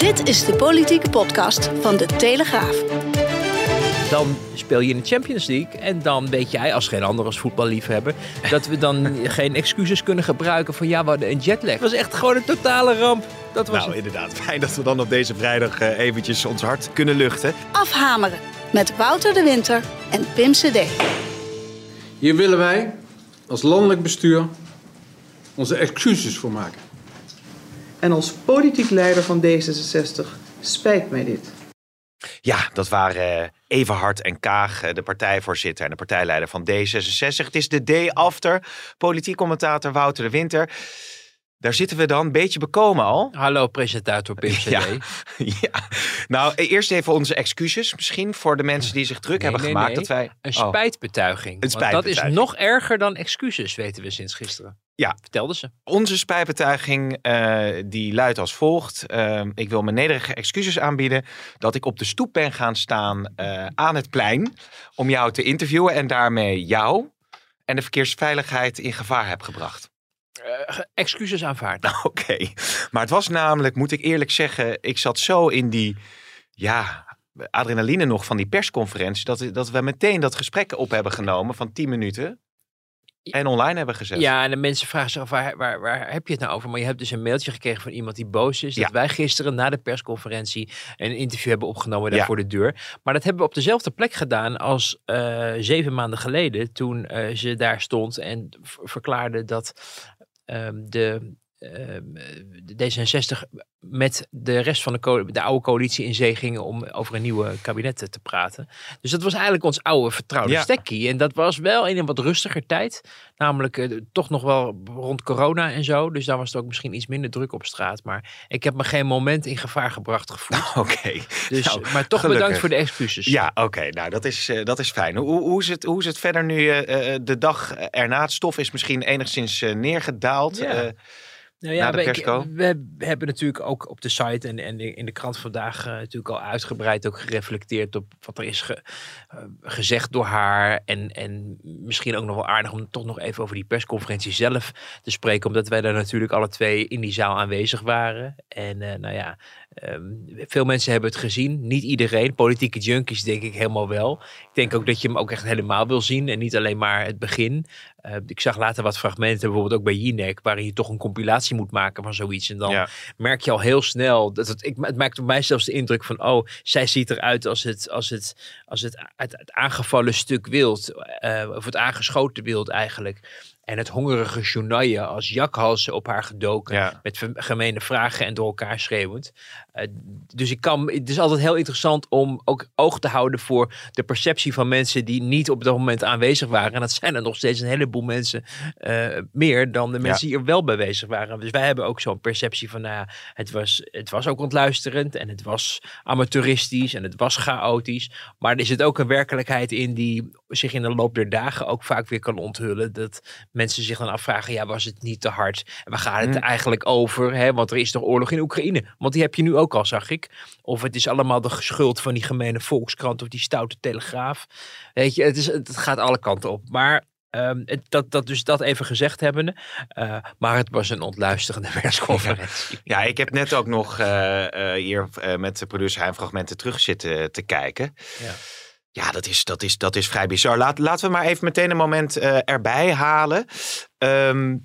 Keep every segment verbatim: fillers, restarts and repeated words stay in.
Dit is de politieke podcast van De Telegraaf. Dan speel je in de Champions League en dan weet jij, als geen ander als voetballiefhebber, dat we dan geen excuses kunnen gebruiken van ja, we hadden een jetlag. Het was echt gewoon een totale ramp. Dat was nou, het. inderdaad. Fijn dat we dan op deze vrijdag uh, eventjes ons hart kunnen luchten. Afhameren met Wouter de Winter en Pim Cedee. Hier willen wij als landelijk bestuur onze excuses voor maken. En als politiek leider van D zesenzestig spijt mij dit. Ja, dat waren uh, Everhard en Kaag, uh, de partijvoorzitter en de partijleider van D zesenzestig. Het is de day after. Politiek commentator Wouter de Winter. Daar zitten we dan, een beetje bekomen al. Hallo, presentator Pim Cedee. Ja, ja. Nou, eerst even onze excuses misschien voor de mensen die zich druk Nee, hebben nee, gemaakt. nee. Dat wij... Een Oh. spijtbetuiging. Een Want spijtbetuiging. dat is nog erger dan excuses, weten we sinds gisteren. Ja. Vertelden ze. Onze spijtbetuiging uh, die luidt als volgt. Uh, ik wil mijn nederige excuses aanbieden dat ik op de stoep ben gaan staan uh, aan het plein om jou te interviewen en daarmee jou en de verkeersveiligheid in gevaar heb gebracht. Uh, excuses aanvaard. Nou, oké. Okay. Maar het was namelijk, moet ik eerlijk zeggen, ik zat zo in die, ja, adrenaline nog van die persconferentie, dat, dat we meteen dat gesprek op hebben genomen van tien minuten. En online hebben gezet. Ja, en de mensen vragen zich af, waar, waar, waar heb je het nou over? Maar je hebt dus een mailtje gekregen van iemand die boos is. Dat Ja. wij gisteren na de persconferentie een interview hebben opgenomen daar Ja. voor de deur. Maar dat hebben we op dezelfde plek gedaan als uh, zeven maanden geleden. Toen uh, ze daar stond en v- verklaarde dat um, de... Uh, de D zesenzestig met de rest van de, co- de oude coalitie in zee gingen om over een nieuwe kabinet te praten. Dus dat was eigenlijk ons oude vertrouwde Ja. stekkie. En dat was wel in een wat rustiger tijd. Namelijk uh, toch nog wel rond corona en zo. Dus daar was het ook misschien iets minder druk op straat. Maar ik heb me geen moment in gevaar gebracht gevoeld. Oké. Okay. Dus, nou, maar toch gelukkig. bedankt voor de excuses. Ja, oké. Okay. Nou, dat is, uh, dat is fijn. Hoe, hoe, is het, hoe is het verder nu uh, de dag erna? Het stof is misschien enigszins uh, neergedaald. Ja. Uh, Nou ja, Na de we, persco? we, we hebben natuurlijk ook op de site en, en in de krant vandaag uh, natuurlijk al uitgebreid ook gereflecteerd op wat er is ge, uh, gezegd door haar. En, en misschien ook nog wel aardig om toch nog even over die persconferentie zelf te spreken. Omdat wij daar natuurlijk alle twee in die zaal aanwezig waren. En uh, nou ja, um, veel mensen hebben het gezien. Niet iedereen. Politieke junkies denk ik helemaal wel. Ik denk ook dat je hem ook echt helemaal wil zien. En niet alleen maar het begin. Uh, ik zag later wat fragmenten, bijvoorbeeld ook bij Jinek, waarin je toch een compilatie moet maken van zoiets. En dan Ja. merk je al heel snel, dat het, ik, het maakt op mij zelfs de indruk van, oh, zij ziet eruit als het, als het, als het, het, het aangevallen stuk wild, uh, of het aangeschoten wild eigenlijk. En het hongerige journaille als jakhalsen op haar gedoken. Ja. Met gemene vragen en door elkaar schreeuwend. Uh, dus ik kan, het is altijd heel interessant om ook oog te houden voor de perceptie van mensen die niet op dat moment aanwezig waren. En dat zijn er nog steeds een heleboel mensen uh, meer dan de mensen Ja. die er wel bij bezig waren. Dus wij hebben ook zo'n perceptie van, nou ja, het was, het was ook ontluisterend en het was amateuristisch en het was chaotisch. Maar er zit ook een werkelijkheid in die zich in de loop der dagen ook vaak weer kan onthullen. Dat mensen zich dan afvragen, ja, was het niet te hard? En waar gaat het Hmm. eigenlijk over? Hè? Want er is toch oorlog in Oekraïne? Want die heb je nu ook al, zag ik. Of het is allemaal de schuld van die gemene Volkskrant of die stoute Telegraaf. Weet je, het, is, het gaat alle kanten op. Maar um, het, dat, dat, dus dat even gezegd hebbende. Uh, maar het was een ontluisterende persconferentie. Ja, ik heb net ook nog uh, uh, hier uh, met de producer Hein fragmenten terug zitten te kijken. Ja. Ja, dat is, dat is, dat is vrij bizar. Laat, laten we maar even meteen een moment uh, erbij halen. Um,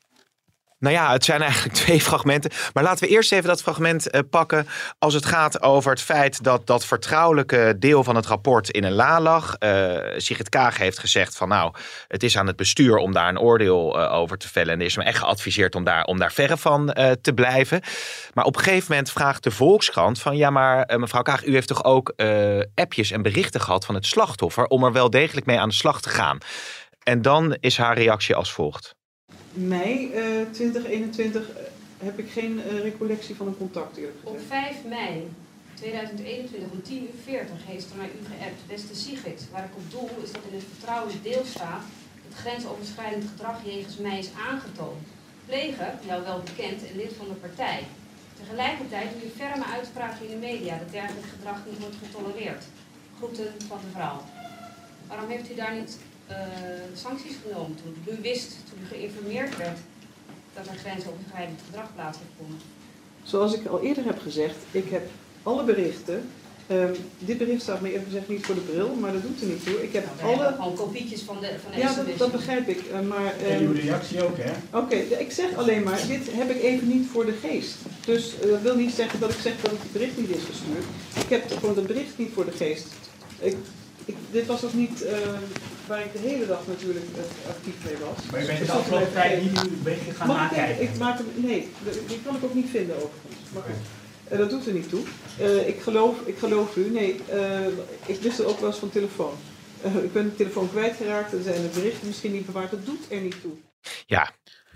nou ja, het zijn eigenlijk twee fragmenten. Maar laten we eerst even dat fragment uh, pakken als het gaat over het feit dat dat vertrouwelijke deel van het rapport in een la lag. Uh, Sigrid Kaag heeft gezegd van nou, het is aan het bestuur om daar een oordeel uh, over te vellen. En er is me echt geadviseerd om daar, om daar verre van uh, te blijven. Maar op een gegeven moment vraagt de Volkskrant van ja, maar uh, mevrouw Kaag, u heeft toch ook uh, appjes en berichten gehad van het slachtoffer om er wel degelijk mee aan de slag te gaan. En dan is haar reactie als volgt. Mei uh, twintig eenentwintig uh, heb ik geen uh, recollectie van een contact eerlijk Op gezegd. vijf mei tweeduizend eenentwintig om tien uur veertig heeft er naar u geappt. Beste Sigrid, waar ik op doel is dat in het vertrouwelijk deel staat dat grensoverschrijdend gedrag jegens mij is aangetoond. Pleger, jou wel bekend en lid van de partij. Tegelijkertijd doe je ferme uitspraken in de media dat dergelijk gedrag niet wordt getolereerd. Groeten van de vrouw. Waarom heeft u daar niet uh, sancties genomen toen u wist, toen u geïnformeerd werd dat er grensoverschrijdend gedrag plaats had gevonden? Zoals ik al eerder heb gezegd, ik heb alle berichten. Um, dit bericht staat me eerlijk gezegd niet voor de bril, maar dat doet er niet toe. Ik heb nou, alle... gewoon kopietjes van de van de Ja, dat, dat begrijp ik. Uh, maar, um... En uw reactie ook, hè? Oké, okay, ik zeg alleen maar, dit heb ik even niet voor de geest. Dus uh, dat wil niet zeggen dat ik zeg dat het bericht niet is gestuurd. Ik heb gewoon het bericht niet voor de geest. Ik, ik, dit was ook niet uh, waar ik de hele dag natuurlijk uh, actief mee was. Maar je bent dus de afgelopen tijd niet uw berichtje gaan Mag nakijken? Ik, ik maak hem, nee, die kan ik ook niet vinden overigens. Maar goed. Uh, dat doet er niet toe. Uh, ik, geloof, ik geloof u. Nee, uh, ik wist er ook wel eens van telefoon. Uh, ik ben de telefoon kwijtgeraakt. Er zijn de berichten misschien niet bewaard. Dat doet er niet toe. Ja.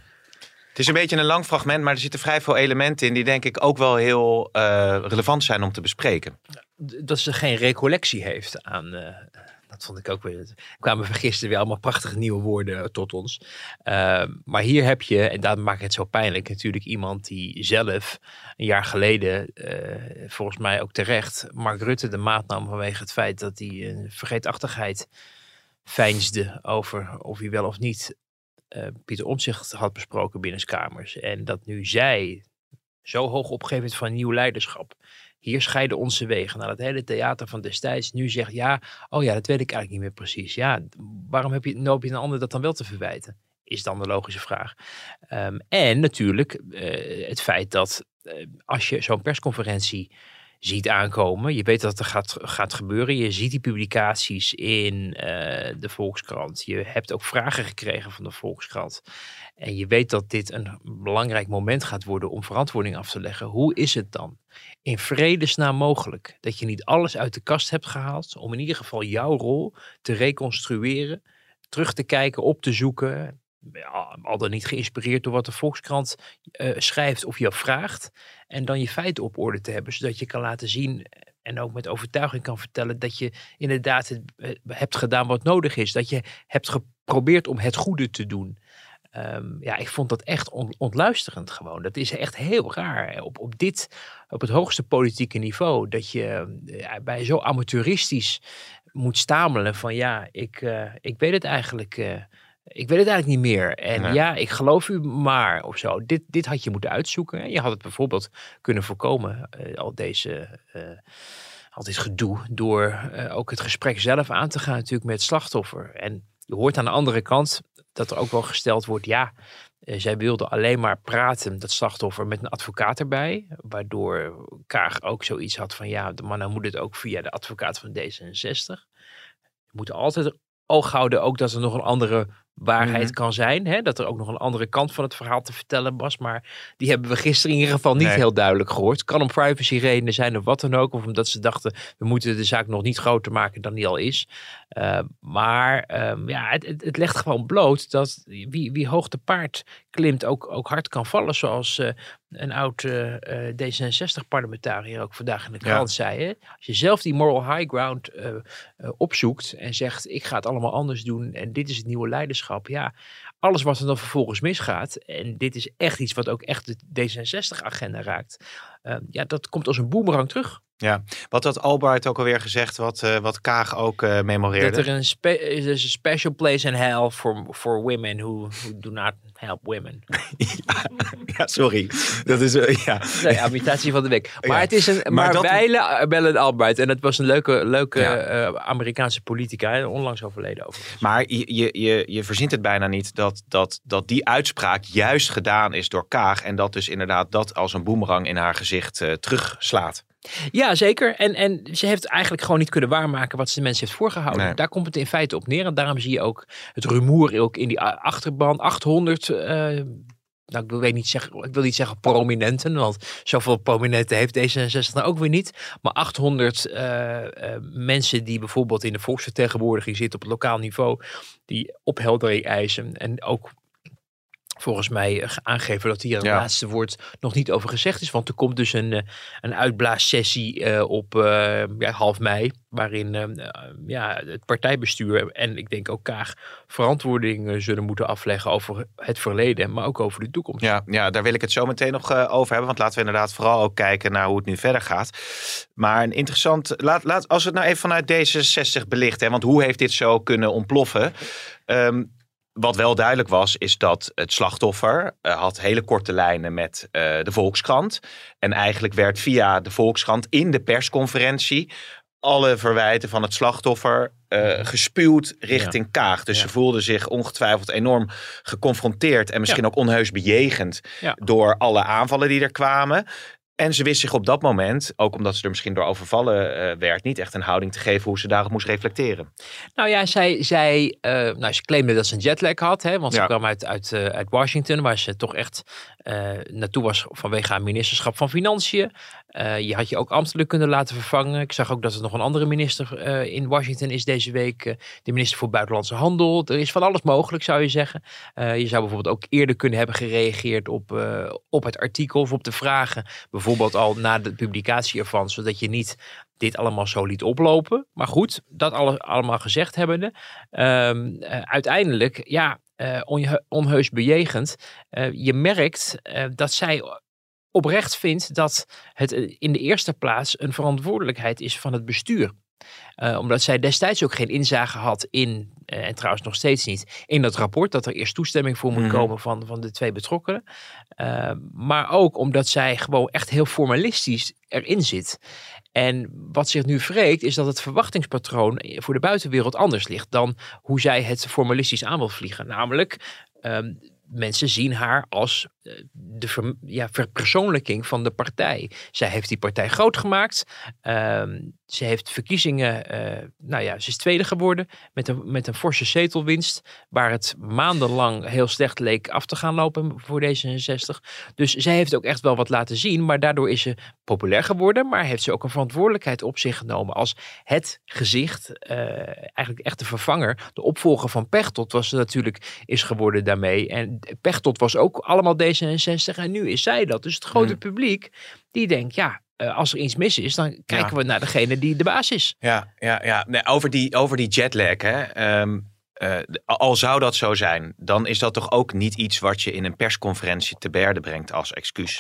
Het is een beetje een lang fragment, maar er zitten vrij veel elementen in die denk ik ook wel heel uh, relevant zijn om te bespreken. Dat ze geen recollectie heeft aan... Uh, dat vond ik ook weer... Er kwamen gisteren weer allemaal prachtige nieuwe woorden tot ons. Uh, maar hier heb je, en dat maakt het zo pijnlijk, natuurlijk iemand die zelf een jaar geleden, uh, volgens mij ook terecht, Mark Rutte de maat nam vanwege het feit dat hij een vergeetachtigheid veinsde over of hij wel of niet uh, Pieter Omtzigt had besproken binnenskamers. En dat nu zij zo hoog opgegeven van nieuw leiderschap. Hier scheiden onze wegen. Nou, dat hele theater van destijds nu zegt, ja, oh ja, dat weet ik eigenlijk niet meer precies. Ja, waarom heb je, loop je een ander dat dan wel te verwijten? Is dan de logische vraag. Um, en natuurlijk uh, het feit dat uh, als je zo'n persconferentie ziet aankomen, je weet dat er gaat, gaat gebeuren, je ziet die publicaties in uh, de Volkskrant, je hebt ook vragen gekregen van de Volkskrant en je weet dat dit een belangrijk moment gaat worden om verantwoording af te leggen. Hoe is het dan in vredesnaam mogelijk dat je niet alles uit de kast hebt gehaald om in ieder geval jouw rol te reconstrueren, terug te kijken, op te zoeken, ja, al dan niet geïnspireerd door wat de Volkskrant uh, schrijft of je vraagt, en dan je feiten op orde te hebben, zodat je kan laten zien en ook met overtuiging kan vertellen dat je inderdaad het, uh, hebt gedaan wat nodig is, dat je hebt geprobeerd om het goede te doen. Um, ja, ik vond dat echt on, ontluisterend gewoon. Dat is echt heel raar op, op dit, op het hoogste politieke niveau, dat je uh, bij zo amateuristisch moet stamelen van ja, ik, uh, ik weet het eigenlijk... Uh, Ik weet het eigenlijk niet meer. En nee. ja, ik geloof u maar of zo. Dit, dit had je moeten uitzoeken. Je had het bijvoorbeeld kunnen voorkomen. Uh, al, deze, uh, al dit gedoe. Door uh, ook het gesprek zelf aan te gaan natuurlijk met het slachtoffer. En je hoort aan de andere kant dat er ook wel gesteld wordt. Ja, uh, zij wilde alleen maar praten, dat slachtoffer, met een advocaat erbij. Waardoor Kaag ook zoiets had van ja, maar dan moet het ook via de advocaat van D zesenzestig. Je moet altijd oog houden ook dat er nog een andere waarheid mm-hmm. kan zijn. Hè? Dat er ook nog een andere kant van het verhaal te vertellen was. Maar die hebben we gisteren in ieder geval niet nee. heel duidelijk gehoord. Het kan om privacy redenen zijn of wat dan ook. Of omdat ze dachten, we moeten de zaak nog niet groter maken dan die al is. Uh, maar um, ja, het, het, het legt gewoon bloot dat wie, wie hoog te paard klimt ook, ook hard kan vallen. Zoals uh, een oud uh, uh, D zesenzestig-parlementariër ook vandaag in de krant ja. zei. Hè? Als je zelf die moral high ground uh, uh, opzoekt en zegt, ik ga het allemaal anders doen en dit is het nieuwe leiderschap. Ja, alles wat er dan vervolgens misgaat, en dit is echt iets wat ook echt de D zesenzestig-agenda raakt. Uh, ja, dat komt als een boemerang terug. Ja, wat had Albright ook alweer gezegd, wat, uh, wat Kaag ook uh, memoreerde? Dat er een spe- is een special place in hell for, for women who, who do not help women. ja, ja, sorry. Dat is uh, ja. Nee, imitatie van de week. Maar ja. het is een maar, maar dat... wijle Bellen Albright. En dat was een leuke, leuke ja. uh, Amerikaanse politica, onlangs overleden overigens. Maar je, je, je, je verzint het bijna niet dat, dat, dat die uitspraak juist gedaan is door Kaag. En dat dus inderdaad dat als een boemerang in haar gezicht uh, terugslaat. Ja, zeker. En, en ze heeft eigenlijk gewoon niet kunnen waarmaken wat ze de mensen heeft voorgehouden. Nee. Daar komt het in feite op neer. En daarom zie je ook het rumoer ook in die achterban. achthonderd, uh, nou, ik wil, weet niet zeggen, ik wil niet zeggen prominenten, want zoveel prominenten heeft D zesenzestig nou ook weer niet. Maar achthonderd uh, uh, mensen die bijvoorbeeld in de volksvertegenwoordiging zitten op het lokaal niveau, die opheldering eisen en ook volgens mij aangeven dat hier een ja. laatste woord nog niet over gezegd is. Want er komt dus een, een uitblaassessie uh, op uh, ja, half mei. Waarin uh, ja, het partijbestuur en ik denk ook Kaag verantwoording uh, zullen moeten afleggen over het verleden. Maar ook over de toekomst. Ja, ja, daar wil ik het zo meteen nog uh, over hebben. Want laten we inderdaad vooral ook kijken naar hoe het nu verder gaat. Maar een interessant... Laat, laat, als we het nou even vanuit D zesenzestig belichten. Hè, want hoe heeft dit zo kunnen ontploffen? Um, wat wel duidelijk was, is dat het slachtoffer uh, had hele korte lijnen met uh, de Volkskrant. En eigenlijk werd via de Volkskrant in de persconferentie alle verwijten van het slachtoffer uh, gespuwd richting ja. Kaag. Dus ja. ze voelden zich ongetwijfeld enorm geconfronteerd en misschien ja. ook onheus bejegend ja. door alle aanvallen die er kwamen. En ze wist zich op dat moment, ook omdat ze er misschien door overvallen uh, werd, niet echt een houding te geven hoe ze daarop moest reflecteren. Nou ja, zij, zij uh, nou, ze claimde dat ze een jetlag had, hè, want ze ja. kwam uit, uit, uh, uit Washington, waar ze toch echt uh, naartoe was vanwege haar ministerschap van Financiën. Uh, je had je ook ambtelijk kunnen laten vervangen. Ik zag ook dat er nog een andere minister uh, in Washington is deze week. Uh, de minister voor Buitenlandse Handel. Er is van alles mogelijk, zou je zeggen. Uh, je zou bijvoorbeeld ook eerder kunnen hebben gereageerd op, uh, op het artikel of op de vragen. Bijvoorbeeld al na de publicatie ervan, zodat je niet dit allemaal zo liet oplopen. Maar goed, dat alle, allemaal gezegd hebbende. Um, uh, uiteindelijk, ja, uh, onhe- onheus bejegend. Uh, je merkt uh, dat zij oprecht vindt dat het in de eerste plaats een verantwoordelijkheid is van het bestuur. Uh, omdat zij destijds ook geen inzage had in, uh, en trouwens nog steeds niet, in dat rapport, dat er eerst toestemming voor moet mm-hmm. komen van, van de twee betrokkenen. Uh, maar ook omdat zij gewoon echt heel formalistisch erin zit. En wat zich nu wreekt, is dat het verwachtingspatroon voor de buitenwereld anders ligt dan hoe zij het formalistisch aan wil vliegen. Namelijk, um, mensen zien haar als de ver, ja, verpersoonlijking van de partij. Zij heeft die partij groot gemaakt. Um, ze heeft verkiezingen, uh, nou ja, ze is tweede geworden met een, met een forse zetelwinst, waar het maandenlang heel slecht leek af te gaan lopen voor D zesenzestig. Dus zij heeft ook echt wel wat laten zien, maar daardoor is ze populair geworden, maar heeft ze ook een verantwoordelijkheid op zich genomen als het gezicht, uh, eigenlijk echt de vervanger, de opvolger van Pechtold was ze natuurlijk is geworden daarmee. En Pechtold was ook allemaal D zesenzestig en nu is zij dat. Dus het grote hmm. publiek die denkt, ja, Uh, als er iets mis is, dan kijken ja. we naar degene die de baas is. Ja, ja, ja. Nee, over, die, over die jetlag, hè. Um, uh, al zou dat zo zijn, dan is dat toch ook niet iets wat je in een persconferentie te berde brengt als excuus.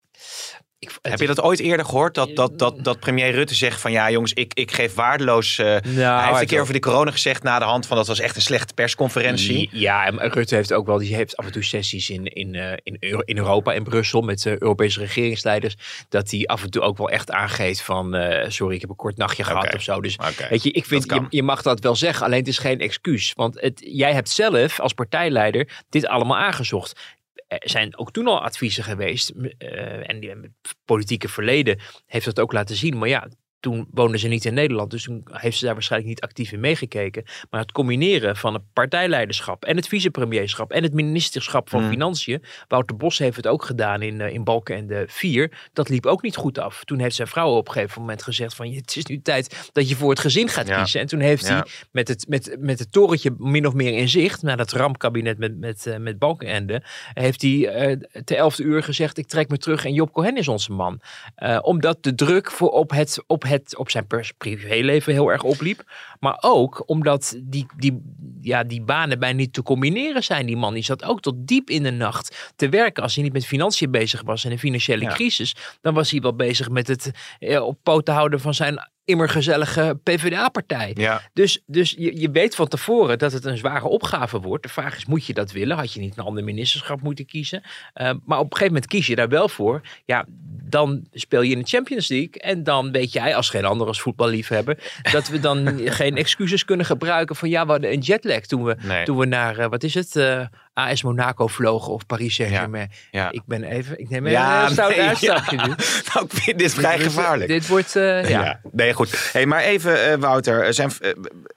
Ik, Heb je dat ooit eerder gehoord? Dat, dat, dat, dat premier Rutte zegt van ja jongens, ik, ik geef waardeloos... Uh, nou, hij heeft een keer over de corona gezegd na de hand van dat was echt een slechte persconferentie. Ja, en Rutte heeft ook wel, die heeft af en toe sessies in, in, uh, in, Euro, in Europa, in Brussel met uh, Europese regeringsleiders. Dat hij af en toe ook wel echt aangeeft van uh, sorry, ik heb een kort nachtje gehad okay. of zo. Dus okay. weet je, ik vind je, je mag dat wel zeggen, alleen het is geen excuus. Want het, jij hebt zelf als partijleider dit allemaal aangezocht. Er zijn ook toen al adviezen geweest. Uh, en die politieke verleden heeft dat ook laten zien. Maar ja, toen woonden ze niet in Nederland. Dus toen heeft ze daar waarschijnlijk niet actief in meegekeken. Maar het combineren van het partijleiderschap en het vicepremierschap en het ministerschap van mm. Financiën. Wouter Bos heeft het ook gedaan in, in Balkenende vier. Dat liep ook niet goed af. Toen heeft zijn vrouw op een gegeven moment gezegd van het is nu tijd dat je voor het gezin gaat ja. kiezen. En toen heeft ja. hij met het, met, met het torentje min of meer in zicht, na dat rampkabinet met, met, uh, met Balkenende, heeft hij uh, te elfde uur gezegd ik trek me terug en Job Cohen is onze man. Uh, omdat de druk voor op het op het op zijn pers- privéleven heel erg opliep. Maar ook omdat die, die, ja, die banen bijna niet te combineren zijn. Die man die zat ook tot diep in de nacht te werken. Als hij niet met financiën bezig was en een financiële ja. crisis, dan was hij wel bezig met het ja, op poten houden van zijn immer gezellige P v d A-partij. Ja. Dus, dus je, je weet van tevoren dat het een zware opgave wordt. De vraag is, moet je dat willen? Had je niet een ander ministerschap moeten kiezen? Uh, maar op een gegeven moment kies je daar wel voor. Ja, dan speel je in de Champions League. En dan weet jij, als geen ander als voetballiefhebber, dat we dan geen excuses kunnen gebruiken van ja, we hadden een jetlag toen we, nee. toen we naar, uh, wat is het, uh, A S Monaco vlogen of Paris Saint-Germain. Ja. Ja. Ik ben even, ik neem even ja, een stout nee, uitstapje ja. nu. Nou, ik vind dit vrij gevaarlijk. Dit wordt, uh, ja. ja. Nee, goed. Hey, maar even, uh, Wouter, zijn, uh,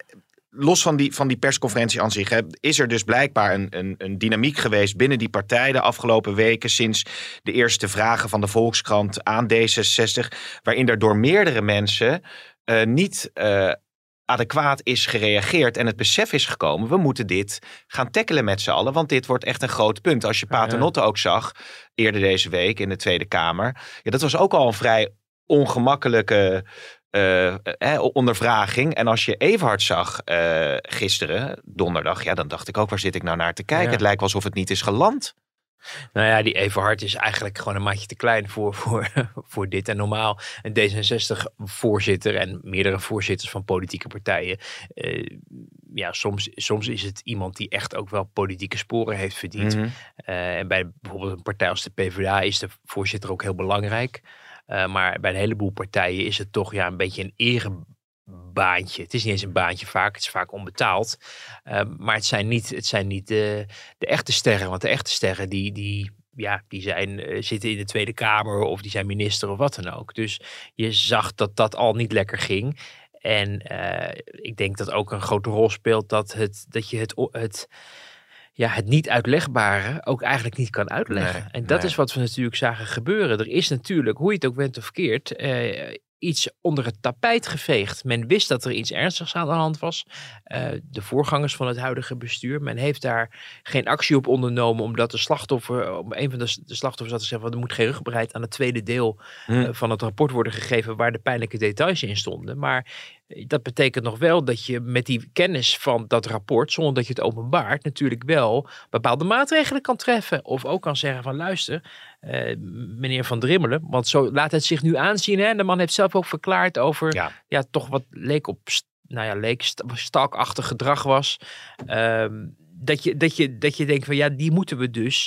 los van die, van die persconferentie aan zich, hè, is er dus blijkbaar een, een, een dynamiek geweest binnen die partij de afgelopen weken sinds de eerste vragen van de Volkskrant aan D zesenzestig, waarin er door meerdere mensen uh, niet uh, adequaat is gereageerd en het besef is gekomen, we moeten dit gaan tackelen met z'n allen, want dit wordt echt een groot punt. Als je Paternotte ook zag, eerder deze week in de Tweede Kamer, ja, dat was ook al een vrij ongemakkelijke Uh, eh, ondervraging. En als je Everhard zag uh, gisteren, donderdag, ja, dan dacht ik ook, waar zit ik nou naar te kijken? Ja. Het lijkt wel alsof het niet is geland. Nou ja, die Everhard is eigenlijk gewoon een maatje te klein voor, voor, voor dit. En normaal een D zesenzestig-voorzitter en meerdere voorzitters van politieke partijen uh, ja, soms, soms is het iemand die echt ook wel politieke sporen heeft verdiend. Mm-hmm. Uh, en bij bijvoorbeeld een partij als de PvdA is de voorzitter ook heel belangrijk. Uh, maar bij een heleboel partijen is het toch ja, een beetje een erebaantje. Het is niet eens een baantje vaak, het is vaak onbetaald. Uh, maar het zijn niet, het zijn niet de, de echte sterren. Want de echte sterren die, die, ja, die zijn, uh, zitten in de Tweede Kamer of die zijn minister of wat dan ook. Dus je zag dat dat al niet lekker ging. En uh, ik denk dat ook een grote rol speelt dat, het, dat je het... het ja, het niet uitlegbare ook eigenlijk niet kan uitleggen. Nee, en dat nee. is wat we natuurlijk zagen gebeuren. Er is natuurlijk, hoe je het ook went of keert, uh, iets onder het tapijt geveegd. Men wist dat er iets ernstigs aan de hand was. Uh, de voorgangers van het huidige bestuur. Men heeft daar geen actie op ondernomen omdat de slachtoffer, om een van de, de slachtoffers had gezegd, er moet geen rugbaarheid aan het tweede deel Hmm. uh, van het rapport worden gegeven waar de pijnlijke details in stonden. Maar dat betekent nog wel dat je met die kennis van dat rapport, zonder dat je het openbaart, natuurlijk wel bepaalde maatregelen kan treffen. Of ook kan zeggen van luister, uh, meneer Van Drimmelen, want zo laat het zich nu aanzien. Hè? De man heeft zelf ook verklaard over, ja, ja toch wat leek op, nou ja, leek stalkachtig gedrag was. Um, dat, je, dat, je, dat je denkt van ja, die moeten we dus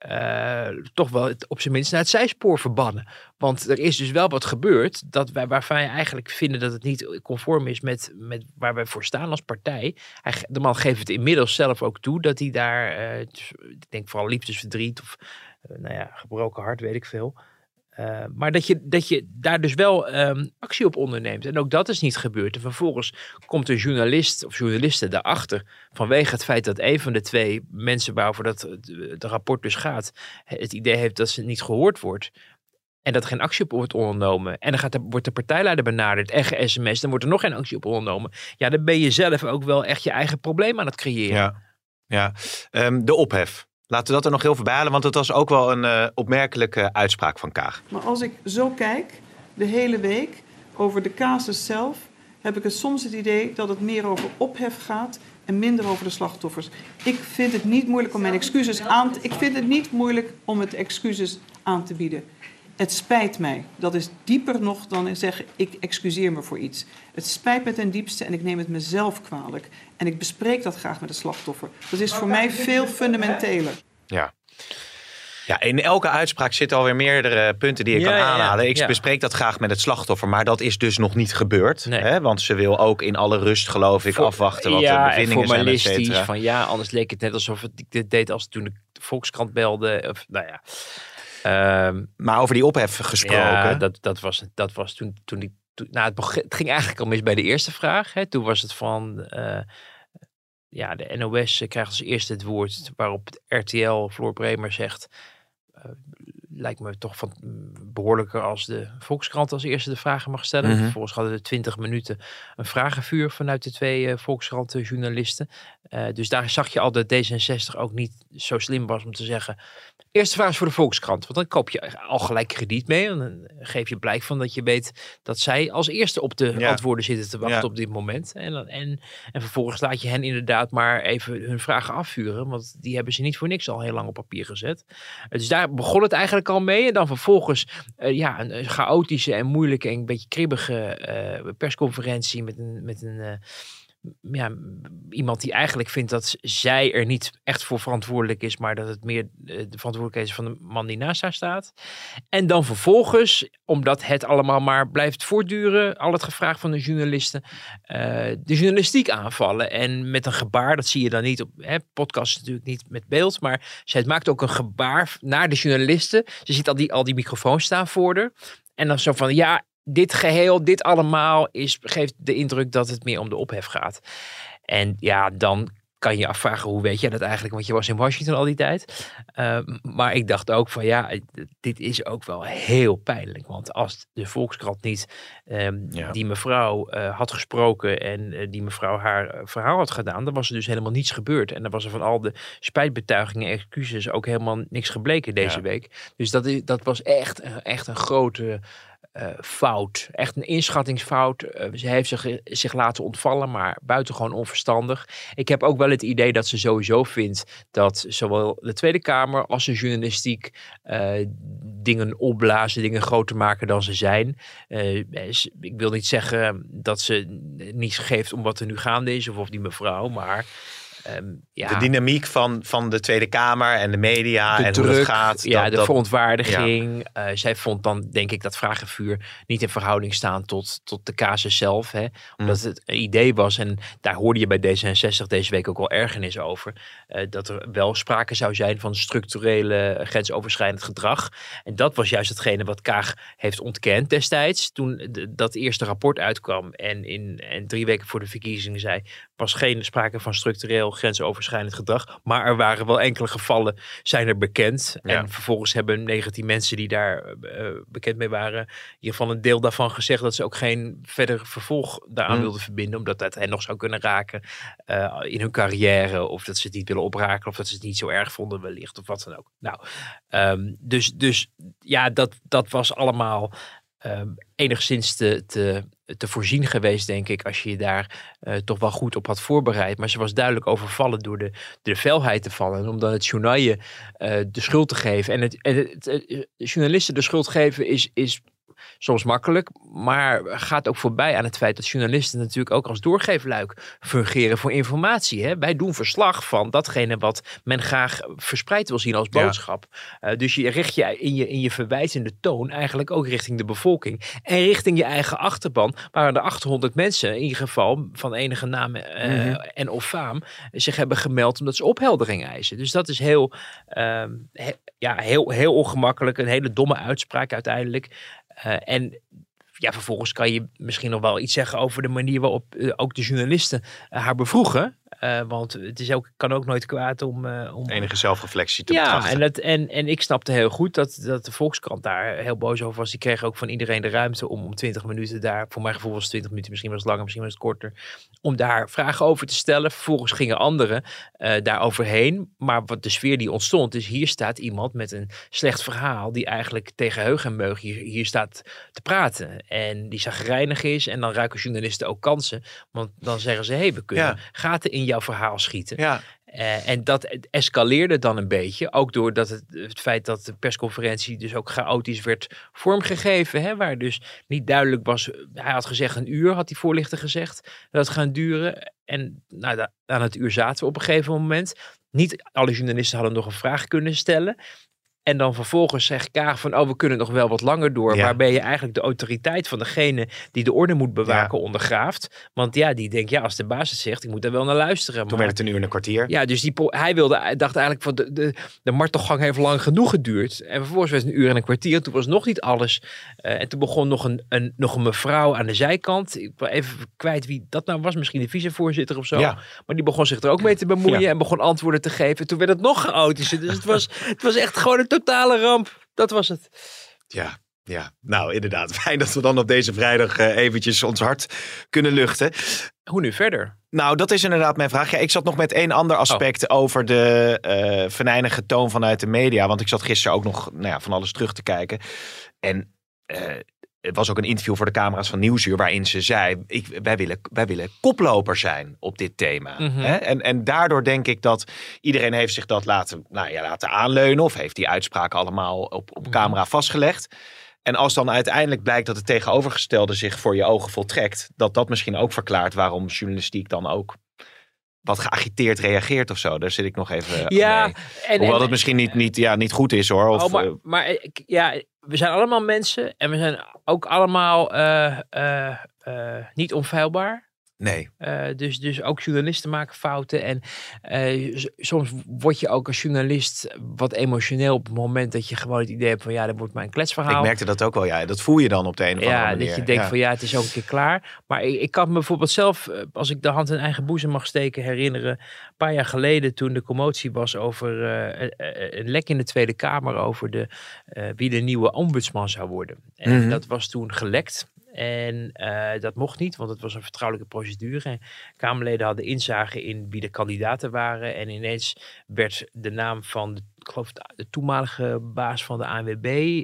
Uh, toch wel het, op zijn minst naar het zijspoor verbannen. Want er is dus wel wat gebeurd dat wij, waarvan wij eigenlijk vinden dat het niet conform is met, met waar wij voor staan als partij. Hij, de man geeft het inmiddels zelf ook toe dat hij daar, uh, ik denk vooral liefdesverdriet of uh, nou ja, gebroken hart, weet ik veel. Uh, maar dat je, dat je daar dus wel um, actie op onderneemt. En ook dat is niet gebeurd. En vervolgens komt een journalist of journalisten daarachter vanwege het feit dat een van de twee mensen waarover dat het rapport dus gaat, het idee heeft dat ze niet gehoord wordt. En dat er geen actie op wordt ondernomen. En dan gaat de, wordt de partijleider benaderd en ge-sms'd. Dan wordt er nog geen actie op ondernomen. Ja, dan ben je zelf ook wel echt je eigen probleem aan het creëren. Ja, ja. Um, de ophef. Laten we dat er nog heel veel bij halen, want het was ook wel een uh, opmerkelijke uitspraak van Kaag. Maar als ik zo kijk, de hele week, over de casus zelf, heb ik het soms het idee dat het meer over ophef gaat en minder over de slachtoffers. Ik vind het niet moeilijk om mijn excuses aan te, ik vind het niet moeilijk om het excuses aan te bieden. Het spijt mij. Dat is dieper nog dan zeggen, ik excuseer me voor iets. Het spijt me ten diepste en ik neem het mezelf kwalijk. En ik bespreek dat graag met het slachtoffer. Dat is voor mij veel fundamenteler. Ja. Ja, in elke uitspraak zitten alweer meerdere punten die je ja, kan aanhalen. Ja, ik ja. bespreek dat graag met het slachtoffer, maar dat is dus nog niet gebeurd. Nee. Hè? Want ze wil ook in alle rust, geloof ik, Voor, afwachten wat ja, de bevindingen zijn, et formalistisch, cetera. van ja, anders leek het net alsof het dit deed als toen de Volkskrant belde. Of, nou ja. Um, maar over die ophef gesproken. Ja, dat, dat, was, dat was toen, toen die. Toen, nou, het, begon, het ging eigenlijk al mis bij de eerste vraag. Hè. Toen was het van. Uh, ja, de N O S krijgt als eerste het woord. Waarop het R T L, Floor Bremer, zegt. Uh, lijkt me toch van behoorlijker als de Volkskrant als eerste de vragen mag stellen. Mm-hmm. Vervolgens hadden we twintig minuten een vragenvuur vanuit de twee uh, Volkskrant journalisten. Uh, dus daar zag je al dat D zesenzestig ook niet zo slim was om te zeggen. Eerste vraag is voor de Volkskrant. Want dan koop je al gelijk krediet mee. En dan geef je blijk van dat je weet dat zij als eerste op de ja. antwoorden zitten te wachten ja. op dit moment. En, en, en vervolgens laat je hen inderdaad maar even hun vragen afvuren. Want die hebben ze niet voor niks al heel lang op papier gezet. Dus daar begon het eigenlijk al mee. En dan vervolgens uh, ja, een, een chaotische en moeilijke en een beetje kribbige uh, persconferentie met een... Met een uh, ja, iemand die eigenlijk vindt dat zij er niet echt voor verantwoordelijk is, maar dat het meer de verantwoordelijkheid is van de man die naast haar staat. En dan vervolgens, omdat het allemaal maar blijft voortduren, al het gevraag van de journalisten, uh, de journalistiek aanvallen. En met een gebaar, dat zie je dan niet op hè, podcast natuurlijk niet met beeld, maar zij maakt ook een gebaar naar de journalisten. Ze ziet al die, al die microfoons staan voor haar. En dan zo van, ja, dit geheel, dit allemaal is, geeft de indruk dat het meer om de ophef gaat. En ja, dan kan je afvragen, hoe weet jij dat eigenlijk? Want je was in Washington al die tijd. Uh, maar ik dacht ook van ja, dit is ook wel heel pijnlijk. Want als de Volkskrant niet um, ja. die mevrouw uh, had gesproken en uh, die mevrouw haar uh, verhaal had gedaan, dan was er dus helemaal niets gebeurd. En dan was er van al de spijtbetuigingen en excuses ook helemaal niks gebleken deze ja. week. Dus dat, is, dat was echt, echt een grote... uh, fout. Echt een inschattingsfout. Uh, ze heeft zich, zich laten ontvallen, maar buitengewoon onverstandig. Ik heb ook wel het idee dat ze sowieso vindt dat zowel de Tweede Kamer als de journalistiek uh, dingen opblazen, dingen groter maken dan ze zijn. Uh, ik wil niet zeggen dat ze niets geeft om wat er nu gaande is, of, of die mevrouw, maar Um, ja. De dynamiek van, van de Tweede Kamer en de media de en druk, hoe het gaat. Ja, dat, de dat, verontwaardiging. Ja. Uh, zij vond dan, denk ik, dat vragenvuur niet in verhouding staan tot, tot de casus zelf. Hè? Omdat mm. het een idee was, en daar hoorde je bij D zesenzestig deze week ook wel ergernis over, uh, dat er wel sprake zou zijn van structurele grensoverschrijdend gedrag. En dat was juist hetgene wat Kaag heeft ontkend destijds, toen de, dat eerste rapport uitkwam en, in, en drie weken voor de verkiezingen zei, was geen sprake van structureel grensoverschrijdend gedrag. Maar er waren wel enkele gevallen, zijn er bekend. Ja. En vervolgens hebben negentien mensen die daar uh, bekend mee waren, in ieder geval een deel daarvan gezegd dat ze ook geen verder vervolg daaraan mm. wilden verbinden. Omdat dat hen nog zou kunnen raken uh, in hun carrière. Of dat ze het niet willen oprakelen. Of dat ze het niet zo erg vonden wellicht. Of wat dan ook. Nou, um, dus, dus ja, dat, dat was allemaal Um, enigszins te, te, te voorzien geweest, denk ik, als je je daar uh, toch wel goed op had voorbereid. Maar ze was duidelijk overvallen door de, de felheid te vallen. En om dan het journaille uh, de schuld te geven. En het, het, het, het journalisten de schuld geven is, is soms makkelijk, maar gaat ook voorbij aan het feit dat journalisten natuurlijk ook als doorgeefluik fungeren voor informatie. Hè? Wij doen verslag van datgene wat men graag verspreid wil zien als boodschap. Ja. Uh, dus je richt je in je, in je verwijzende toon eigenlijk ook richting de bevolking en richting je eigen achterban, waar de achthonderd mensen in ieder geval van enige naam uh, mm-hmm. en of faam zich hebben gemeld omdat ze opheldering eisen. Dus dat is heel, uh, he, ja, heel, heel ongemakkelijk, een hele domme uitspraak uiteindelijk. Uh, en ja, vervolgens kan je misschien nog wel iets zeggen over de manier waarop uh, ook de journalisten uh, haar bevroegen. Uh, want het is ook, kan ook nooit kwaad om... Uh, om enige zelfreflectie te ja, betrachten. En, het, en, en ik snapte heel goed dat, dat de Volkskrant daar heel boos over was. Die kreeg ook van iedereen de ruimte om om twintig minuten daar... Voor mijn gevoel was het twintig minuten, misschien was het langer, misschien was het korter. Om daar vragen over te stellen. Vervolgens gingen anderen uh, daar overheen. Maar wat de sfeer die ontstond is, hier staat iemand met een slecht verhaal die eigenlijk tegen heug en meug hier, hier staat te praten. En die chagrijnig is. En dan ruiken journalisten ook kansen. Want dan zeggen ze, hé, hey, we kunnen ja. gaten in jouw verhaal schieten. Ja. Uh, en dat escaleerde dan een beetje. Ook doordat het, het feit dat de persconferentie dus ook chaotisch werd vormgegeven. Hè, waar dus niet duidelijk was. Hij had gezegd een uur, had die voorlichter gezegd. Dat het gaan duren. En nou, da, aan het uur zaten we op een gegeven moment. Niet alle journalisten hadden nog een vraag kunnen stellen. En dan vervolgens zegt Kaag van, oh, we kunnen nog wel wat langer door. Ja. Waarbij je eigenlijk de autoriteit van degene die de orde moet bewaken ja. ondergraaft. Want ja, die denkt, ja, als de baas het zegt, ik moet daar wel naar luisteren. Toen maar, werd het een uur en een kwartier. Ja, dus die, hij wilde, dacht eigenlijk van, de, de, de martelgang heeft lang genoeg geduurd. En vervolgens werd het een uur en een kwartier. Toen was nog niet alles. Uh, en toen begon nog een, een, nog een mevrouw aan de zijkant. Ik ben even kwijt wie dat nou was. Misschien de vicevoorzitter of zo. Ja. Maar die begon zich er ook mee te bemoeien. Ja. En begon antwoorden te geven. Toen werd het nog chaotischer. Dus het was, het was echt gewoon een totale ramp. Dat was het. Ja, ja. Nou inderdaad. Fijn dat we dan op deze vrijdag uh, eventjes ons hart kunnen luchten. Hoe nu verder? Nou, dat is inderdaad mijn vraag. Ja, ik zat nog met één ander aspect oh. over de uh, venijnige toon vanuit de media. Want ik zat gisteren ook nog nou ja, van alles terug te kijken. En uh, het was ook een interview voor de camera's van Nieuwsuur waarin ze zei, ik, wij, willen, wij willen koploper zijn op dit thema. Mm-hmm. Hè? En, en daardoor denk ik dat iedereen heeft zich dat laten, nou ja, laten aanleunen of heeft die uitspraken allemaal op, op camera vastgelegd. En als dan uiteindelijk blijkt dat het tegenovergestelde zich voor je ogen voltrekt, dat dat misschien ook verklaart waarom journalistiek dan ook wat geagiteerd reageert of zo. Daar zit ik nog even ja, mee. En, Hoewel en, het misschien niet, niet, ja, niet goed is hoor. Of, oh, maar, maar ja, we zijn allemaal mensen en we zijn ook allemaal uh, uh, uh, niet onfeilbaar. Nee. Uh, dus, dus ook journalisten maken fouten. En uh, soms word je ook als journalist wat emotioneel op het moment dat je gewoon het idee hebt van ja, dat wordt mijn kletsverhaal. Ik merkte dat ook wel, ja. Dat voel je dan op de een of andere ja, manier. Dat je denkt ja. van ja, het is ook een keer klaar. Maar ik, ik kan me bijvoorbeeld zelf, als ik de hand in eigen boezem mag steken, herinneren. Een paar jaar geleden toen de commotie was over uh, een lek in de Tweede Kamer over de, uh, wie de nieuwe ombudsman zou worden. En mm-hmm. dat was toen gelekt. En uh, dat mocht niet, want het was een vertrouwelijke procedure. En Kamerleden hadden inzage in wie de kandidaten waren. En ineens werd de naam van de, ik geloof de toenmalige baas van de A N W B uh,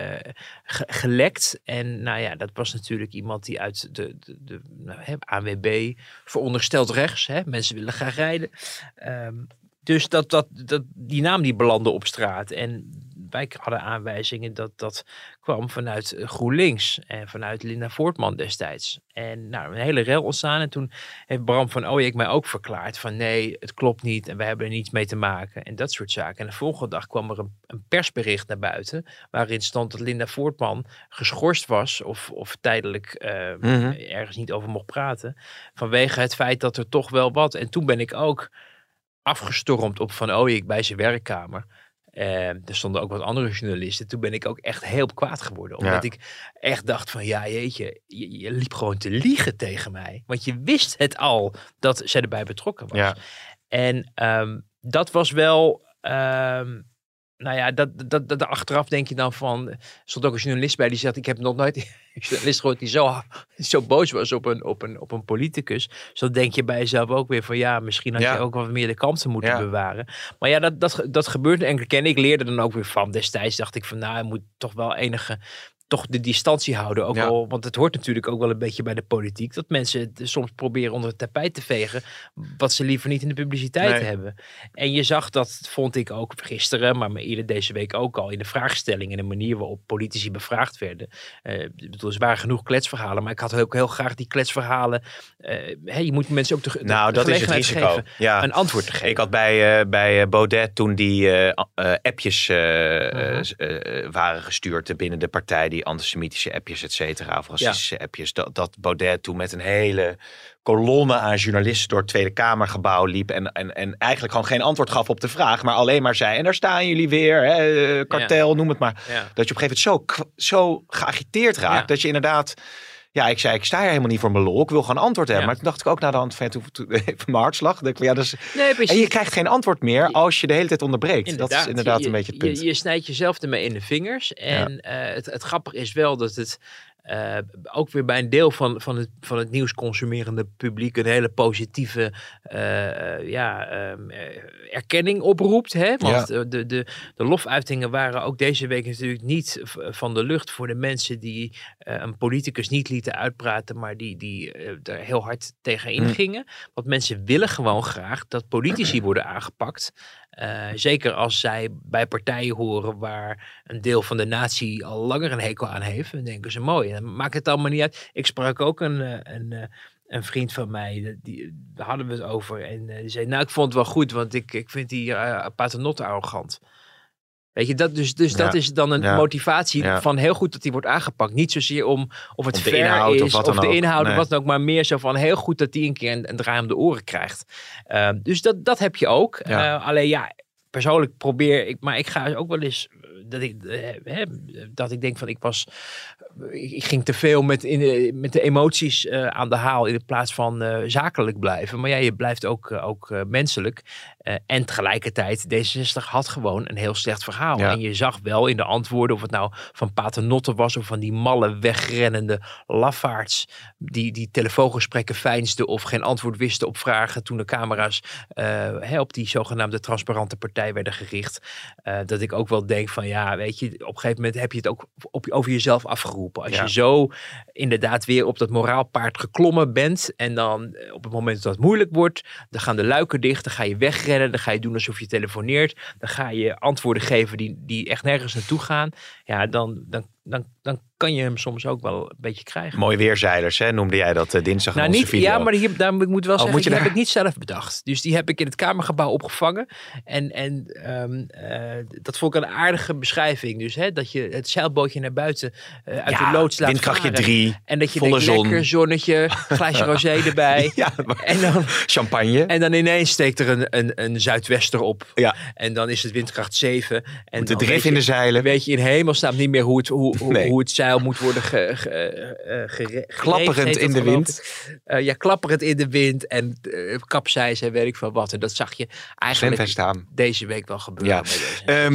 ge- gelekt. En nou ja, dat was natuurlijk iemand die uit de, de, de nou, hè, A N W B verondersteld rechts. Hè, mensen willen graag rijden. Um, dus dat, dat, dat, die naam die belandde op straat. En wij hadden aanwijzingen dat dat kwam vanuit GroenLinks en vanuit Linda Voortman destijds. En nou, een hele rel ontstaan. En toen heeft Bram van Ooyek mij ook verklaard van nee, het klopt niet en we hebben er niets mee te maken en dat soort zaken. En de volgende dag kwam er een, een persbericht naar buiten waarin stond dat Linda Voortman geschorst was of, of tijdelijk uh, mm-hmm. ergens niet over mocht praten vanwege het feit dat er toch wel wat. En toen ben ik ook afgestormd op Van Ooyek bij zijn werkkamer. Uh, er stonden ook wat andere journalisten. Toen ben ik ook echt heel kwaad geworden. Omdat ja. ik echt dacht van ja jeetje, je, je liep gewoon te liegen tegen mij. Want je wist het al dat zij erbij betrokken was. Ja. En um, dat was wel... Um, nou ja, dat, dat, dat, achteraf denk je dan van... Er stond ook een journalist bij die zegt... Ik heb nog nooit een journalist gehoord die zo, zo boos was op een, op, een, op een politicus. Dus dan denk je bij jezelf ook weer van... Ja, misschien had ja. je ook wat meer de kansen moeten ja. bewaren. Maar ja, dat, dat, dat gebeurt enkele keer. En ik leerde dan ook weer van. Destijds dacht ik van... Nou, je moet toch wel enige... toch de distantie houden. Ook ja. al, want het hoort natuurlijk ook wel een beetje bij de politiek. Dat mensen het soms proberen onder het tapijt te vegen. Wat ze liever niet in de publiciteit nee. hebben. En je zag dat, vond ik ook gisteren. Maar eerder deze week ook al. In de vraagstelling. En de manier waarop politici bevraagd werden. Uh, ik bedoel, er waren genoeg kletsverhalen. Maar ik had ook heel graag die kletsverhalen. Uh, hey, je moet mensen ook de, de, nou, de dat gelegenheid is het risico. geven. Ja. Een antwoord te geven. Ik had bij, uh, bij Baudet toen die uh, uh, appjes uh, uh-huh. uh, waren gestuurd binnen de partij. Die antisemitische appjes, et cetera, of racistische ja. appjes. Dat, dat Baudet toen met een hele kolonne aan journalisten door het Tweede Kamergebouw liep en, en, en eigenlijk gewoon geen antwoord gaf op de vraag, maar alleen maar zei, en daar staan jullie weer, hè, kartel, ja. noem het maar. Ja. Dat je op een gegeven moment zo, zo geagiteerd raakt, ja. dat je inderdaad... Ja, ik zei, ik sta hier helemaal niet voor mijn lol. Ik wil gewoon antwoord hebben. Ja. Maar toen dacht ik ook na de hand van, toen, toen, even mijn hartslag. Denk ik, ja, dus, nee, en je krijgt geen antwoord meer als je de hele tijd onderbreekt. Inderdaad, dat is inderdaad je, een beetje het punt. Je, je snijdt jezelf ermee in de vingers. En ja. uh, het, het grappige is wel dat het uh, ook weer bij een deel van, van, het, van het nieuwsconsumerende publiek een hele positieve uh, ja, um, erkenning oproept. Hè? Want ja. de, de, de lofuitingen waren ook deze week natuurlijk niet van de lucht voor de mensen die uh, een politicus niet lieten uitpraten, maar die, die uh, er heel hard tegen ingingen. Mm. Want mensen willen gewoon graag dat politici worden aangepakt. Uh, zeker als zij bij partijen horen waar een deel van de natie al langer een hekel aan heeft. Dan denken ze mooi. En dan maakt het allemaal niet uit. Ik sprak ook een, een, een vriend van mij. Die, daar hadden we het over. En die zei, nou ik vond het wel goed. Want ik, ik vind die uh, paternotte arrogant. Weet je, dat, dus, dus ja. dat is dan een ja. motivatie ja. van heel goed dat die wordt aangepakt. Niet zozeer om of het fair inhoud, is of, wat of de inhoud nee. of wat dan ook. Maar meer zo van heel goed dat die een keer een, een draai om de oren krijgt. Uh, dus dat, dat heb je ook. Ja. Uh, alleen ja, persoonlijk probeer ik, maar ik ga ook wel eens dat ik, hè, dat ik denk van ik was, ik ging te veel met, in, met de emoties uh, aan de haal in plaats van uh, zakelijk blijven. Maar ja, je blijft ook, uh, ook uh, menselijk. Uh, en tegelijkertijd, D zesenzestig had gewoon een heel slecht verhaal. Ja. En je zag wel in de antwoorden, of het nou van paternotte was of van die malle wegrennende lafaards die, die telefoongesprekken veinsden of geen antwoord wisten op vragen toen de camera's uh, hè, op die zogenaamde transparante partij werden gericht. Uh, dat ik ook wel denk van ja, weet je, op een gegeven moment heb je het ook op, over jezelf afgeroepen. Als ja. je zo inderdaad weer op dat moraalpaard geklommen bent en dan op het moment dat het moeilijk wordt, dan gaan de luiken dicht, dan ga je wegrennen. Dan ga je doen alsof je telefoneert. Dan ga je antwoorden geven die, die echt nergens naartoe gaan. Ja, dan, dan, dan, dan kan je hem soms ook wel een beetje krijgen. Mooie weerzeilers, hè? Noemde jij dat uh, dinsdag nou, in onze niet, video. Ja, maar hier, daar moet ik moet wel oh, zeggen, moet die daar... heb ik niet zelf bedacht. Dus die heb ik in het Kamergebouw opgevangen. En, en um, uh, dat vond ik een aardige beschrijving. Dus hè, dat je het zeilbootje naar buiten uh, uit ja, de loods laat windkrachtje varen. drie, en dat je volle denkt, zon. Lekker zonnetje, glaasje rosé erbij. Ja, en dan, champagne. En dan ineens steekt er een, een, een zuidwester op. Ja. En dan is het windkracht zeven. En moet de drif in de zeilen. Weet je in hemelsnaam niet meer hoe het, hoe, hoe, nee. hoe het zeil moet worden ge, ge, uh, gere, klapperend in de wind. Uh, ja, klapperend in de wind en uh, kapseis en weet ik van wat. En dat zag je eigenlijk deze week wel gebeuren. Ja. Bij deze um,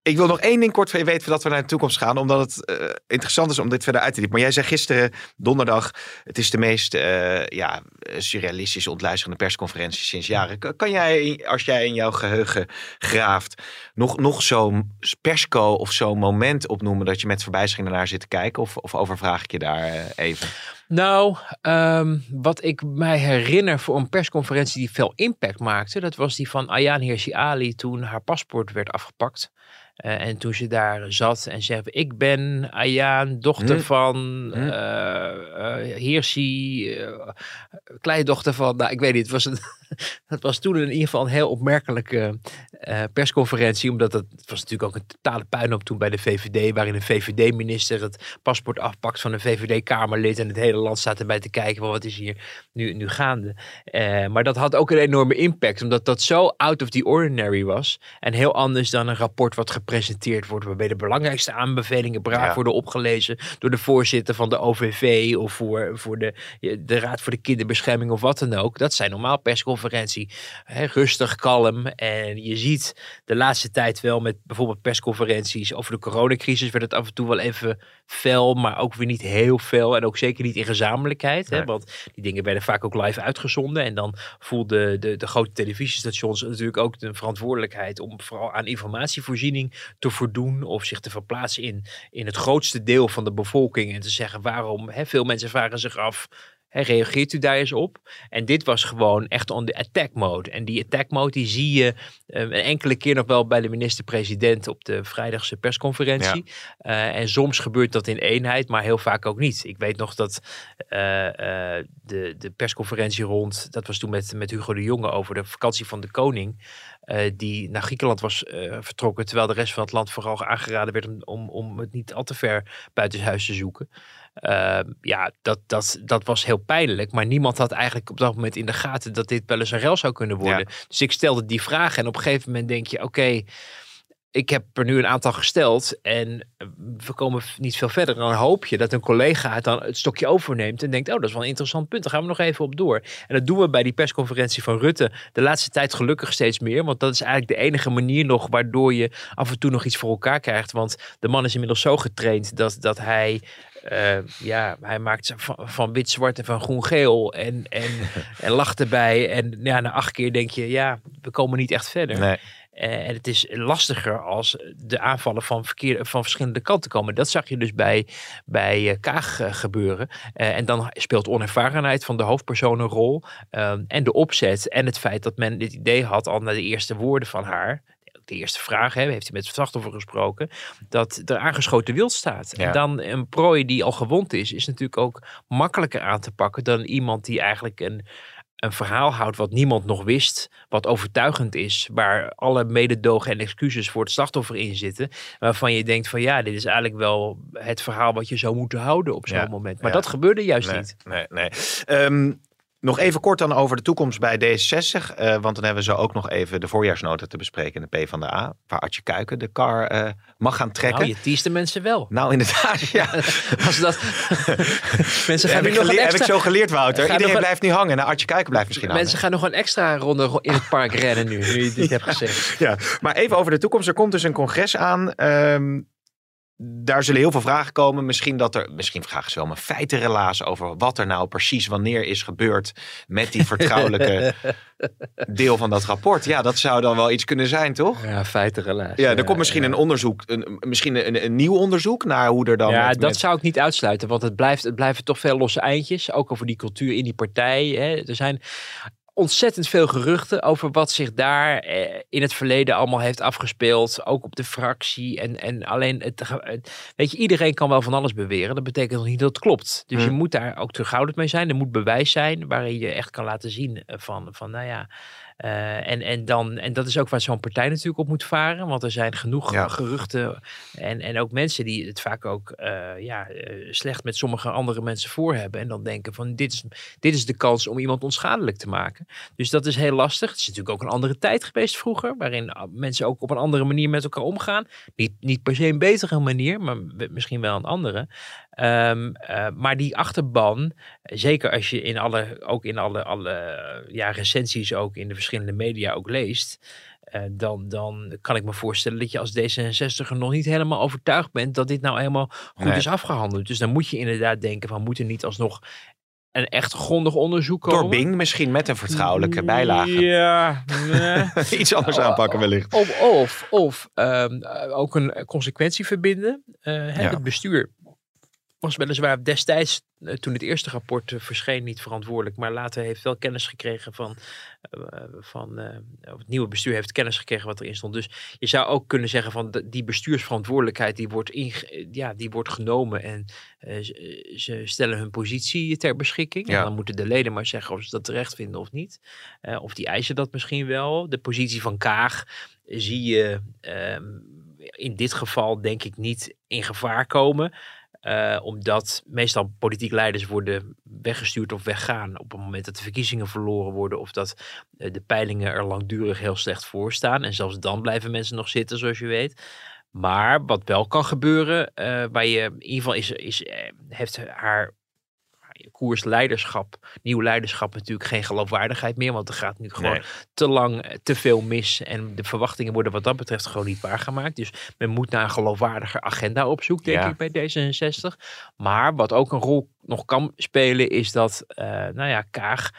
Ik wil nog één ding kort van je weten voordat we naar de toekomst gaan. Omdat het uh, interessant is om dit verder uit te diepen. Maar jij zei gisteren, donderdag, het is de meest uh, ja, surrealistische, ontluisterende persconferentie sinds jaren. Kan jij, als jij in jouw geheugen graaft, nog, nog zo'n persco of zo'n moment opnoemen dat je met verbijstering naar zit te kijken? Of, of overvraag ik je daar uh, even? Nou, um, wat ik mij herinner voor een persconferentie die veel impact maakte, dat was die van Ayaan Hirsi Ali toen haar paspoort werd afgepakt. Uh, en toen ze daar zat en zei, ik ben Ayaan, dochter hmm. van uh, uh, Hirsi, uh, kleindochter van, nou ik weet niet, het was, een, het was toen in ieder geval een heel opmerkelijke uh, persconferentie, omdat het, het was natuurlijk ook een totale puinhoop toen bij de V V D, waarin een V V D-minister het paspoort afpakt van een V V D-kamerlid en het hele land staat erbij te kijken, van wat is hier nu, nu gaande. Uh, maar dat had ook een enorme impact, omdat dat zo out of the ordinary was en heel anders dan een rapport wat gepresenteerd wordt, waarbij de belangrijkste aanbevelingen braaf ja. worden opgelezen door de voorzitter van de O V V of voor, voor de, de Raad voor de Kinderbescherming of wat dan ook. Dat zijn normaal persconferentie. He, rustig, kalm. En je ziet de laatste tijd wel met bijvoorbeeld persconferenties over de coronacrisis werd het af en toe wel even fel, maar ook weer niet heel fel en ook zeker niet in gezamenlijkheid. Nee. Hè, want die dingen werden vaak ook live uitgezonden en dan voelden de, de grote televisiestations natuurlijk ook de verantwoordelijkheid om vooral aan informatievoorziening te voldoen of zich te verplaatsen in, in het grootste deel van de bevolking en te zeggen waarom, hè, veel mensen vragen zich af, hè, reageert u daar eens op? En dit was gewoon echt on the attack mode. En die attack mode die zie je uh, een enkele keer nog wel bij de minister-president op de vrijdagse persconferentie. Ja. Uh, en soms gebeurt dat in eenheid, maar heel vaak ook niet. Ik weet nog dat uh, uh, de, de persconferentie rond, dat was toen met, met Hugo de Jonge over de vakantie van de koning, Uh, die naar Griekenland was uh, vertrokken, terwijl de rest van het land vooral aangeraden werd om, om, om het niet al te ver buitenshuis te zoeken. Uh, ja, dat, dat, dat was heel pijnlijk, maar niemand had eigenlijk op dat moment in de gaten dat dit wel eens een rel zou kunnen worden. Ja. Dus ik stelde die vraag en op een gegeven moment denk je, oké, okay, ik heb er nu een aantal gesteld en we komen niet veel verder. Dan hoop je dat een collega het dan het stokje overneemt en denkt, oh, dat is wel een interessant punt. Daar gaan we nog even op door. En dat doen we bij die persconferentie van Rutte de laatste tijd gelukkig steeds meer. Want dat is eigenlijk de enige manier nog waardoor je af en toe nog iets voor elkaar krijgt. Want de man is inmiddels zo getraind dat, dat hij... Uh, ja, hij maakt van, van wit-zwart en van groen-geel en, en, en lacht erbij. En ja, na acht keer denk je, ja, we komen niet echt verder. Nee. Uh, en het is lastiger als de aanvallen van, verkeer, van verschillende kanten komen. Dat zag je dus bij, bij uh, Kaag uh, gebeuren. Uh, en dan speelt onervarenheid van de hoofdpersoon een rol. Uh, en de opzet en het feit dat men dit idee had al na de eerste woorden van haar. De eerste vraag, hè, heeft hij met het slachtoffer gesproken, dat er aangeschoten wild staat. Ja. En dan een prooi die al gewond is, is natuurlijk ook makkelijker aan te pakken dan iemand die eigenlijk een, een verhaal houdt wat niemand nog wist, wat overtuigend is, waar alle mededogen en excuses voor het slachtoffer in zitten, waarvan je denkt van ja, dit is eigenlijk wel het verhaal wat je zou moeten houden op zo'n ja. moment. Maar ja. dat gebeurde juist nee, niet. Nee, nee. Um... Nog even kort dan over de toekomst bij D zesenzestig. Uh, want dan hebben we zo ook nog even de voorjaarsnota te bespreken in de PvdA. Waar Artje Kuiken de kar uh, mag gaan trekken. Nou, je teest de mensen wel. Nou, inderdaad, ja. Als dat... mensen gaan nu nog een extra... Heb ik zo geleerd, Wouter. Iedereen een... blijft nu hangen. Nou, Artje Kuiken blijft misschien hangen. Mensen gaan nog een extra ronde in het park rennen nu. Nu je dit hebt gezegd. Ja, maar even over de toekomst. Er komt dus een congres aan. Um, Daar zullen heel veel vragen komen. Misschien dat er, misschien vragen ze wel een feitenrelaas over wat er nou precies wanneer is gebeurd met die vertrouwelijke deel van dat rapport. Ja, dat zou dan wel iets kunnen zijn, toch? Ja, feitenrelaas. Ja, er ja, komt misschien ja. een onderzoek, een, misschien een, een nieuw onderzoek naar hoe er dan... Ja, met, dat met... zou ik niet uitsluiten, want het, blijft, het blijven toch veel losse eindjes. Ook over die cultuur in die partij. Hè. Er zijn ontzettend veel geruchten over wat zich daar eh, in het verleden allemaal heeft afgespeeld. Ook op de fractie. En, en alleen, het, het, weet je, iedereen kan wel van alles beweren. Dat betekent nog niet dat het klopt. Dus hmm. je moet daar ook terughoudend mee zijn. Er moet bewijs zijn waarin je echt kan laten zien van, van nou ja... Uh, en, en, dan, en dat is ook waar zo'n partij natuurlijk op moet varen. Want er zijn genoeg ja. geruchten. En, en ook mensen die het vaak ook uh, ja, uh, slecht met sommige andere mensen voor hebben. En dan denken van dit is, dit is de kans om iemand onschadelijk te maken. Dus dat is heel lastig. Het is natuurlijk ook een andere tijd geweest vroeger. Waarin mensen ook op een andere manier met elkaar omgaan. Niet, niet per se een betere manier. Maar misschien wel een andere. Um, uh, maar die achterban, zeker als je in alle, ook in alle, alle ja, recensies ook in de verschillende media ook leest, Uh, dan, dan kan ik me voorstellen dat je als D zesenzestiger nog niet helemaal overtuigd bent dat dit nou helemaal goed Nee. is afgehandeld. Dus dan moet je inderdaad denken van, moet er niet alsnog een echt grondig onderzoek komen? Door Bing misschien met een vertrouwelijke bijlage. Ja. Nee. Iets anders aanpakken wellicht. Of, of, of um, ook een consequentie verbinden. Uh, hè, Ja. Het bestuur was weliswaar destijds, uh, toen het eerste rapport uh, verscheen, niet verantwoordelijk. Maar later heeft wel kennis gekregen van, uh, van uh, het nieuwe bestuur heeft kennis gekregen wat erin stond. Dus je zou ook kunnen zeggen van de, die bestuursverantwoordelijkheid die wordt, inge, ja, die wordt genomen. En uh, ze, ze stellen hun positie ter beschikking. Ja. En dan moeten de leden maar zeggen of ze dat terecht vinden of niet. Uh, of die eisen dat misschien wel. De positie van Kaag zie je uh, in dit geval denk ik niet in gevaar komen. Uh, omdat meestal politiek leiders worden weggestuurd of weggaan op het moment dat de verkiezingen verloren worden of dat uh, de peilingen er langdurig heel slecht voor staan. En zelfs dan blijven mensen nog zitten, zoals je weet. Maar wat wel kan gebeuren, uh, waar je in ieder geval is, is, uh, heeft haar koers leiderschap, nieuw leiderschap natuurlijk geen geloofwaardigheid meer. Want er gaat nu gewoon Nee. te lang, te veel mis. En de verwachtingen worden wat dat betreft gewoon niet waargemaakt. Dus men moet naar een geloofwaardiger agenda op zoek, denk Ja. ik, bij D zesenzestig. Maar wat ook een rol nog kan spelen, is dat, uh, nou ja, Kaag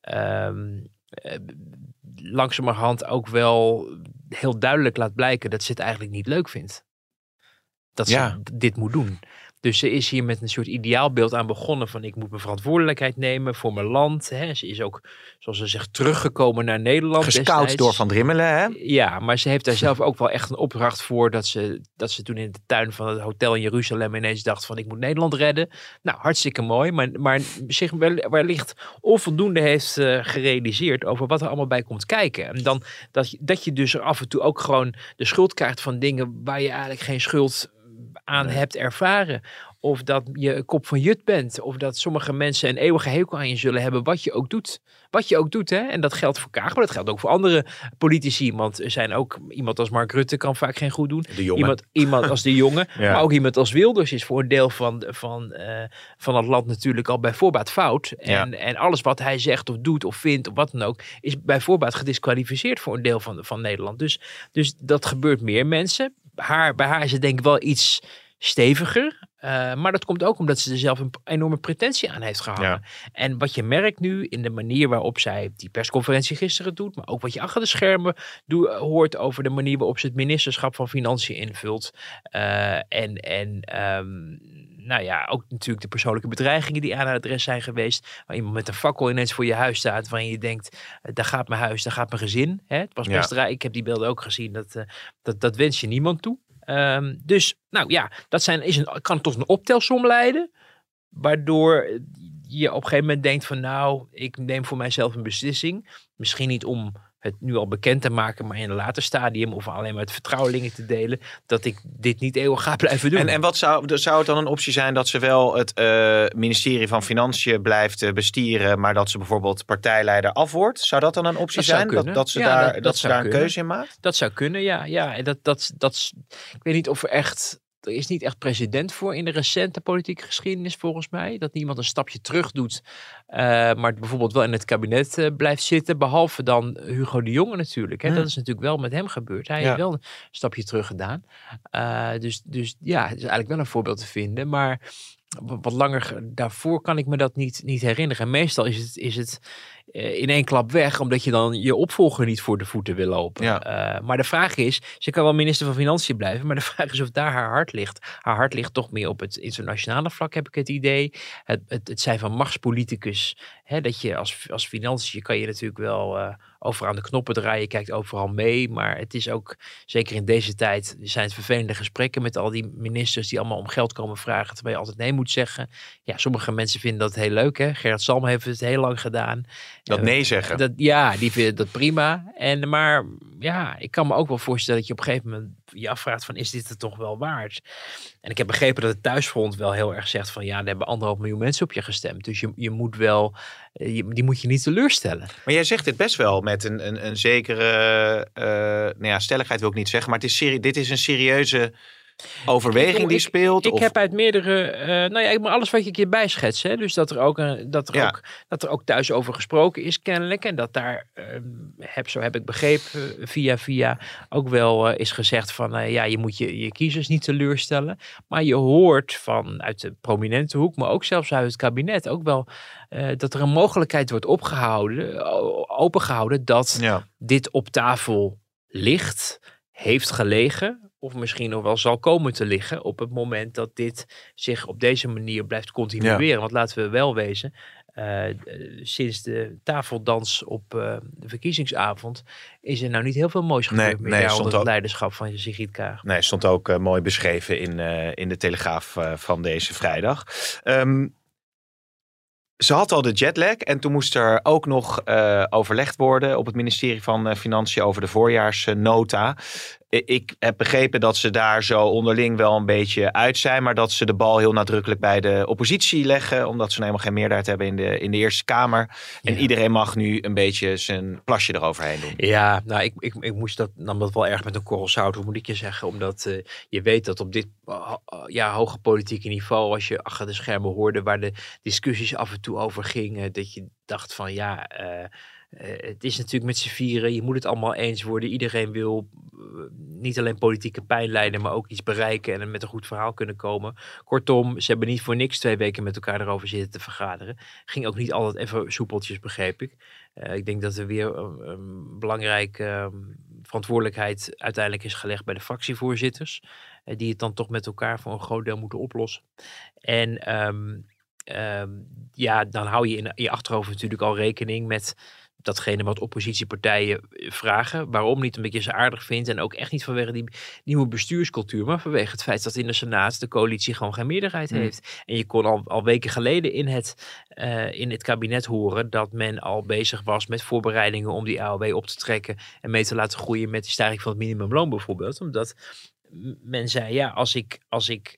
um, uh, langzamerhand ook wel heel duidelijk laat blijken dat ze het eigenlijk niet leuk vindt. Dat ze Ja. d- dit moet doen. Dus ze is hier met een soort ideaalbeeld aan begonnen van ik moet mijn verantwoordelijkheid nemen voor mijn land. Hè. Ze is ook, zoals ze zegt, teruggekomen naar Nederland. Gescout destijds. door Van Drimmelen, hè? Ja, maar ze heeft daar zelf ook wel echt een opdracht voor dat ze, dat ze toen in de tuin van het hotel in Jeruzalem ineens dacht van ik moet Nederland redden. Nou, hartstikke mooi, maar, maar zich wel, wellicht onvoldoende heeft uh, gerealiseerd over wat er allemaal bij komt kijken. En dan dat, je- dat je dus er af en toe ook gewoon de schuld krijgt van dingen waar je eigenlijk geen schuld aan Nee. hebt ervaren. Of dat je een kop van jut bent. Of dat sommige mensen een eeuwige hekel aan je zullen hebben. Wat je ook doet. Wat je ook doet. Hè? En dat geldt voor Kaag. Maar dat geldt ook voor andere politici. Want er zijn ook... Iemand als Mark Rutte kan vaak geen goed doen. De jongen. Iemand, iemand als de jongen. Ja. Maar ook iemand als Wilders is voor een deel van, van, uh, van het land natuurlijk al bij voorbaat fout. En, Ja. en alles wat hij zegt of doet of vindt of wat dan ook. Is bij voorbaat gedisqualificeerd voor een deel van, van Nederland. Dus, dus dat gebeurt meer mensen. Haar, bij haar is het denk ik wel iets steviger. Uh, maar dat komt ook omdat ze er zelf een enorme pretentie aan heeft gehangen. Ja. En wat je merkt nu in de manier waarop zij die persconferentie gisteren doet, maar ook wat je achter de schermen doe, hoort over de manier waarop ze het ministerschap van Financiën invult. Uh, en en um, nou ja, ook natuurlijk de persoonlijke bedreigingen die aan haar adres zijn geweest. Waar iemand met een fakkel ineens voor je huis staat, waarin je denkt, uh, daar gaat mijn huis, daar gaat mijn gezin. Hè? Het was best Ja. raar. Ik heb die beelden ook gezien. Dat, uh, dat, dat wens je niemand toe. Um, dus, nou ja, dat zijn, is een, kan tot een optelsom leiden. Waardoor je op een gegeven moment denkt van nou, ik neem voor mijzelf een beslissing. Misschien niet om het nu al bekend te maken, maar in een later stadium of alleen maar het vertrouwelingen te delen, dat ik dit niet eeuwig ga blijven doen. En, en wat zou, zou het dan een optie zijn dat ze wel het uh, ministerie van Financiën blijft uh, bestieren, maar dat ze bijvoorbeeld partijleider af wordt? Zou dat dan een optie Dat zou zijn? kunnen. Dat, dat ze Ja, daar, dat- dat dat ze zou daar een kunnen. keuze in maakt? Dat zou kunnen, ja. ja en dat, dat, dat, ik weet niet of er echt... Er is niet echt precedent voor in de recente politieke geschiedenis, volgens mij. Dat niemand een stapje terug doet, uh, maar bijvoorbeeld wel in het kabinet uh, blijft zitten. Behalve dan Hugo de Jonge natuurlijk. Hè. Hmm. Dat is natuurlijk wel met hem gebeurd. Hij Ja. heeft wel een stapje terug gedaan. Uh, dus, dus ja, het is eigenlijk wel een voorbeeld te vinden. Maar wat langer daarvoor kan ik me dat niet, niet herinneren. En meestal is het, is het uh, in één klap weg, omdat je dan je opvolger niet voor de voeten wil lopen. Ja. Uh, maar de vraag is, ze kan wel minister van Financiën blijven, maar de vraag is of daar haar hart ligt. Haar hart ligt toch meer op het internationale vlak, heb ik het idee. Het, het, het zijn van machtspoliticus. Hè, dat je als, als financiën kan je natuurlijk wel uh, overal aan de knoppen draaien, je kijkt overal mee. Maar het is ook, zeker in deze tijd, zijn het vervelende gesprekken met al die ministers die allemaal om geld komen vragen, terwijl je altijd nee moet zeggen. Ja, sommige mensen vinden dat heel leuk. Hè? Gerard Salm heeft het heel lang gedaan. Dat nee zeggen. Dat, ja, die vinden dat prima. En, maar ja, ik kan me ook wel voorstellen dat je op een gegeven moment je afvraagt van, is dit het toch wel waard? En ik heb begrepen dat het Thuisfront wel heel erg zegt van, ja, er hebben anderhalf miljoen mensen op je gestemd. Dus je, je moet wel, je, die moet je niet teleurstellen. Maar jij zegt dit best wel met een, een, een zekere, uh, nou ja, stelligheid wil ik niet zeggen, maar het is serie, dit is een serieuze overweging ik, die ik, speelt? Ik of... heb uit meerdere, uh, nou ja, maar alles wat je een keer bijschets. Hè? Dus dat er, ook, een, dat, er ja. ook, dat er ook thuis over gesproken is kennelijk. En dat daar, uh, heb, zo heb ik begrepen, uh, via via ook wel uh, is gezegd van, uh, ja, je moet je, je kiezers niet teleurstellen. Maar je hoort van uit de prominente hoek, maar ook zelfs uit het kabinet, ook wel uh, dat er een mogelijkheid wordt opgehouden, opengehouden, dat ja. dit op tafel ligt, heeft gelegen, of misschien nog wel zal komen te liggen op het moment dat dit zich op deze manier blijft continueren. Ja. Want laten we wel wezen, uh, sinds de tafeldans op uh, de verkiezingsavond is er nou niet heel veel moois gebeurd nee, meer nee, onder het ook, leiderschap van Sigrid Kaag. Nee, stond ook uh, mooi beschreven in, uh, in de Telegraaf uh, van deze vrijdag. Um, Ze had al de jetlag en toen moest er ook nog uh, overlegd worden op het ministerie van uh, Financiën over de voorjaarsnota. Ik heb begrepen dat ze daar zo onderling wel een beetje uit zijn, maar dat ze de bal heel nadrukkelijk bij de oppositie leggen, omdat ze nou helemaal geen meerderheid hebben in de, in de Eerste Kamer. En ja. iedereen mag nu een beetje zijn plasje eroverheen doen. Ja, nou, ik, ik, ik moest dat, nam dat wel erg met een korrel zout, hoe moet ik je zeggen, omdat uh, je weet dat op dit uh, ja, hoge politieke niveau, als je achter de schermen hoorde waar de discussies af en toe over gingen, dat je dacht van ja, uh, Uh, het is natuurlijk met z'n vieren, je moet het allemaal eens worden. Iedereen wil uh, niet alleen politieke pijn lijden, maar ook iets bereiken en met een goed verhaal kunnen komen. Kortom, ze hebben niet voor niks twee weken met elkaar erover zitten te vergaderen. Ging ook niet altijd even soepeltjes, begreep ik. Uh, ik denk dat er weer een uh, um, belangrijke uh, verantwoordelijkheid uiteindelijk is gelegd bij de fractievoorzitters. Uh, die het dan toch met elkaar voor een groot deel moeten oplossen. En um, um, ja, dan hou je in je achterhoofd natuurlijk al rekening met datgene wat oppositiepartijen vragen. Waarom niet? Omdat je ze aardig vindt. En ook echt niet vanwege die nieuwe bestuurscultuur. Maar vanwege het feit dat in de Senaat de coalitie gewoon geen meerderheid mm. heeft. En je kon al, al weken geleden in het, uh, in het kabinet horen dat men al bezig was met voorbereidingen om die A O W op te trekken. En mee te laten groeien met de stijging van het minimumloon bijvoorbeeld. Omdat men zei, ja, als ik, als ik,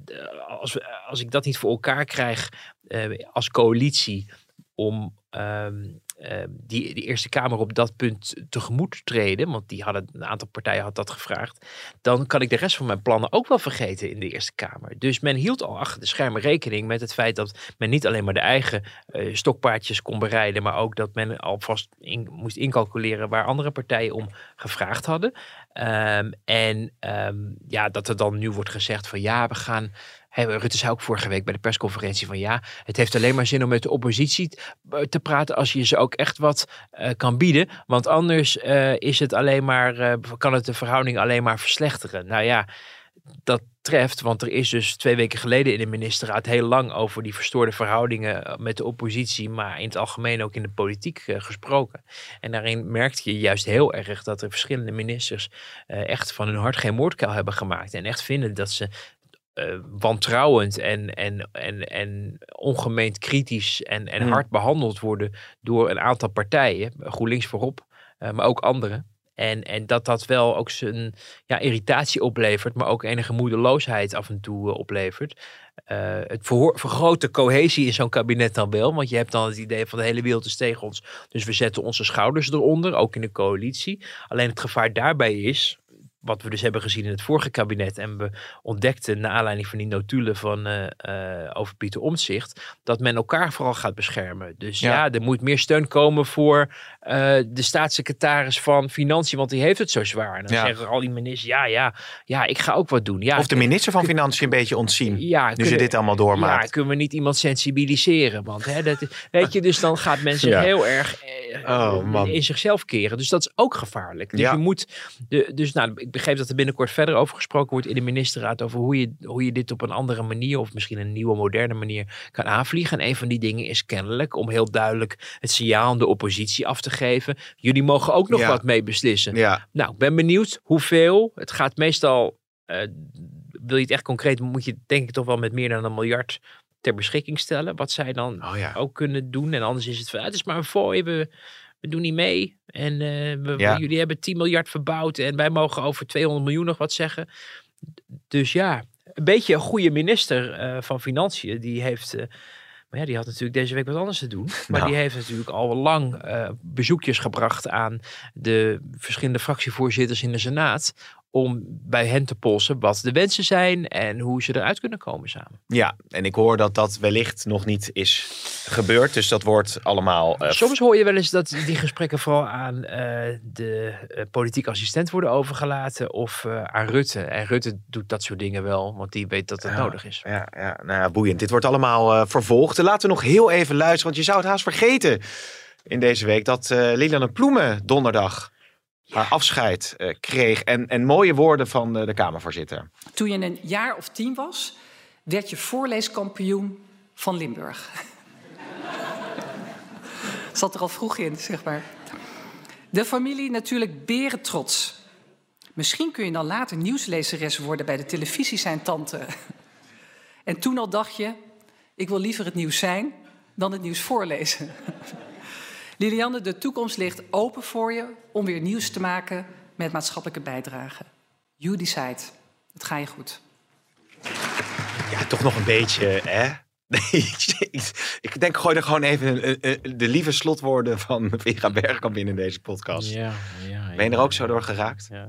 als, als ik dat niet voor elkaar krijg uh, als coalitie om Um, uh, die, die Eerste Kamer op dat punt tegemoet treden, want die hadden, een aantal partijen had dat gevraagd, dan kan ik de rest van mijn plannen ook wel vergeten in de Eerste Kamer. Dus men hield al achter de schermen rekening met het feit dat men niet alleen maar de eigen uh, stokpaardjes kon bereiden, maar ook dat men alvast in, moest incalculeren waar andere partijen om gevraagd hadden. Um, en um, ja, dat er dan nu wordt gezegd van ja, we gaan... Hey, Rutte zei ook vorige week bij de persconferentie van ja, het heeft alleen maar zin om met de oppositie te praten als je ze ook echt wat uh, kan bieden. Want anders uh, is het alleen maar, uh, kan het de verhouding alleen maar verslechteren. Nou ja, dat treft, want er is dus twee weken geleden in de ministerraad heel lang over die verstoorde verhoudingen met de oppositie, maar in het algemeen ook in de politiek uh, gesproken. En daarin merkte je juist heel erg dat er verschillende ministers uh, echt van hun hart geen moordkuil hebben gemaakt. En echt vinden dat ze Uh, wantrouwend en, en, en, en ongemeend kritisch en, en hmm. hard behandeld worden door een aantal partijen, GroenLinks voorop, uh, maar ook anderen. En, en dat dat wel ook zijn ja, irritatie oplevert, maar ook enige moedeloosheid af en toe uh, oplevert. Uh, het verhoor, vergroot de cohesie in zo'n kabinet dan wel, want je hebt dan het idee van de hele wereld is tegen ons, dus we zetten onze schouders eronder, ook in de coalitie. Alleen het gevaar daarbij is, wat we dus hebben gezien in het vorige kabinet. En we ontdekten, naar aanleiding van die notulen van uh, uh, over Pieter Omtzigt, dat men elkaar vooral gaat beschermen. Dus ja, ja er moet meer steun komen voor uh, de staatssecretaris van Financiën, want die heeft het zo zwaar. En dan ja. zeggen al die ministers, ja, ja, ja, ik ga ook wat doen. Ja, of de minister van Financiën een beetje ontzien, ja, nu kunnen, ze dit allemaal doormaakt. Ja, kunnen we niet iemand sensibiliseren? Want hè, dat, weet je, dus dan gaat men zich ja. heel erg uh, oh, in zichzelf keren. Dus dat is ook gevaarlijk. Dus ja. je moet, de, dus nou, ik begreep dat er binnenkort verder over gesproken wordt in de ministerraad over hoe je, hoe je dit op een andere manier of misschien een nieuwe moderne manier kan aanvliegen. En een van die dingen is kennelijk om heel duidelijk het signaal aan de oppositie af te geven. Jullie mogen ook nog ja. wat mee beslissen. Ja. Nou, ik ben benieuwd hoeveel. Het gaat meestal, uh, wil je het echt concreet, moet je denk ik toch wel met meer dan een miljard ter beschikking stellen. Wat zij dan oh ja. ook kunnen doen. En anders is het van, het is maar een fooi, we We doen niet mee. En uh, we, ja. jullie hebben tien miljard verbouwd. En wij mogen over tweehonderd miljoen nog wat zeggen. Dus ja, een beetje een goede minister uh, van Financiën. Die heeft, uh, maar ja, die had natuurlijk deze week wat anders te doen. Maar nou. die heeft natuurlijk al lang uh, bezoekjes gebracht aan de verschillende fractievoorzitters in de Senaat. om bij hen te polsen wat de wensen zijn en hoe ze eruit kunnen komen samen. Ja, en ik hoor dat dat wellicht nog niet is gebeurd. Dus dat wordt allemaal... Uh, Soms hoor je wel eens dat die gesprekken vooral aan uh, de uh, politieke assistent worden overgelaten of uh, aan Rutte. En Rutte doet dat soort dingen wel, want die weet dat het ja, nodig is. Ja, ja, nou ja, boeiend. Dit wordt allemaal uh, vervolgd. Laten we nog heel even luisteren, want je zou het haast vergeten in deze week dat uh, Lilianne Ploemen donderdag haar afscheid uh, kreeg. En, en mooie woorden van uh, de Kamervoorzitter. Toen je een jaar of tien was, werd je voorleeskampioen van Limburg. Zat er al vroeg in, zeg maar. De familie natuurlijk berentrots. Misschien kun je dan later nieuwslezeres worden bij de televisie zijn tante. En toen al dacht je, ik wil liever het nieuws zijn dan het nieuws voorlezen. Lilianne, de toekomst ligt open voor je om weer nieuws te maken met maatschappelijke bijdrage. You decide. Het ga je goed. Ja, toch nog een beetje, hè? Nee, ik, ik denk, gooi er gewoon even een, een, de lieve slotwoorden van Vera Bergkamp in in deze podcast. Ja, ja, ben je er ook zo door geraakt? Ja.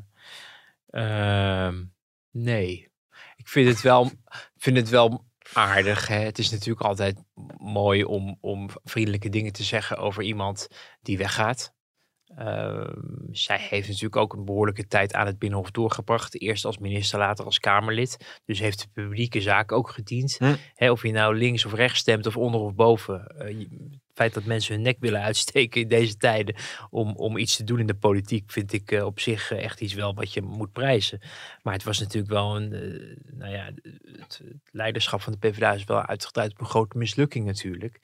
Uh, nee. Ik vind het wel, vind het wel aardig. Hè? Het is natuurlijk altijd mooi om, om vriendelijke dingen te zeggen over iemand die weggaat. Uh, zij heeft natuurlijk ook een behoorlijke tijd aan het Binnenhof doorgebracht. Eerst als minister, later als Kamerlid. Dus heeft de publieke zaak ook gediend. Hm. Hè, of je nou links of rechts stemt of onder of boven. Uh, het feit dat mensen hun nek willen uitsteken in deze tijden om, om iets te doen in de politiek, vind ik uh, op zich uh, echt iets wel wat je moet prijzen. Maar het was natuurlijk wel een, uh, nou ja, het, het leiderschap van de PvdA is wel uitgedraaid op een grote mislukking natuurlijk.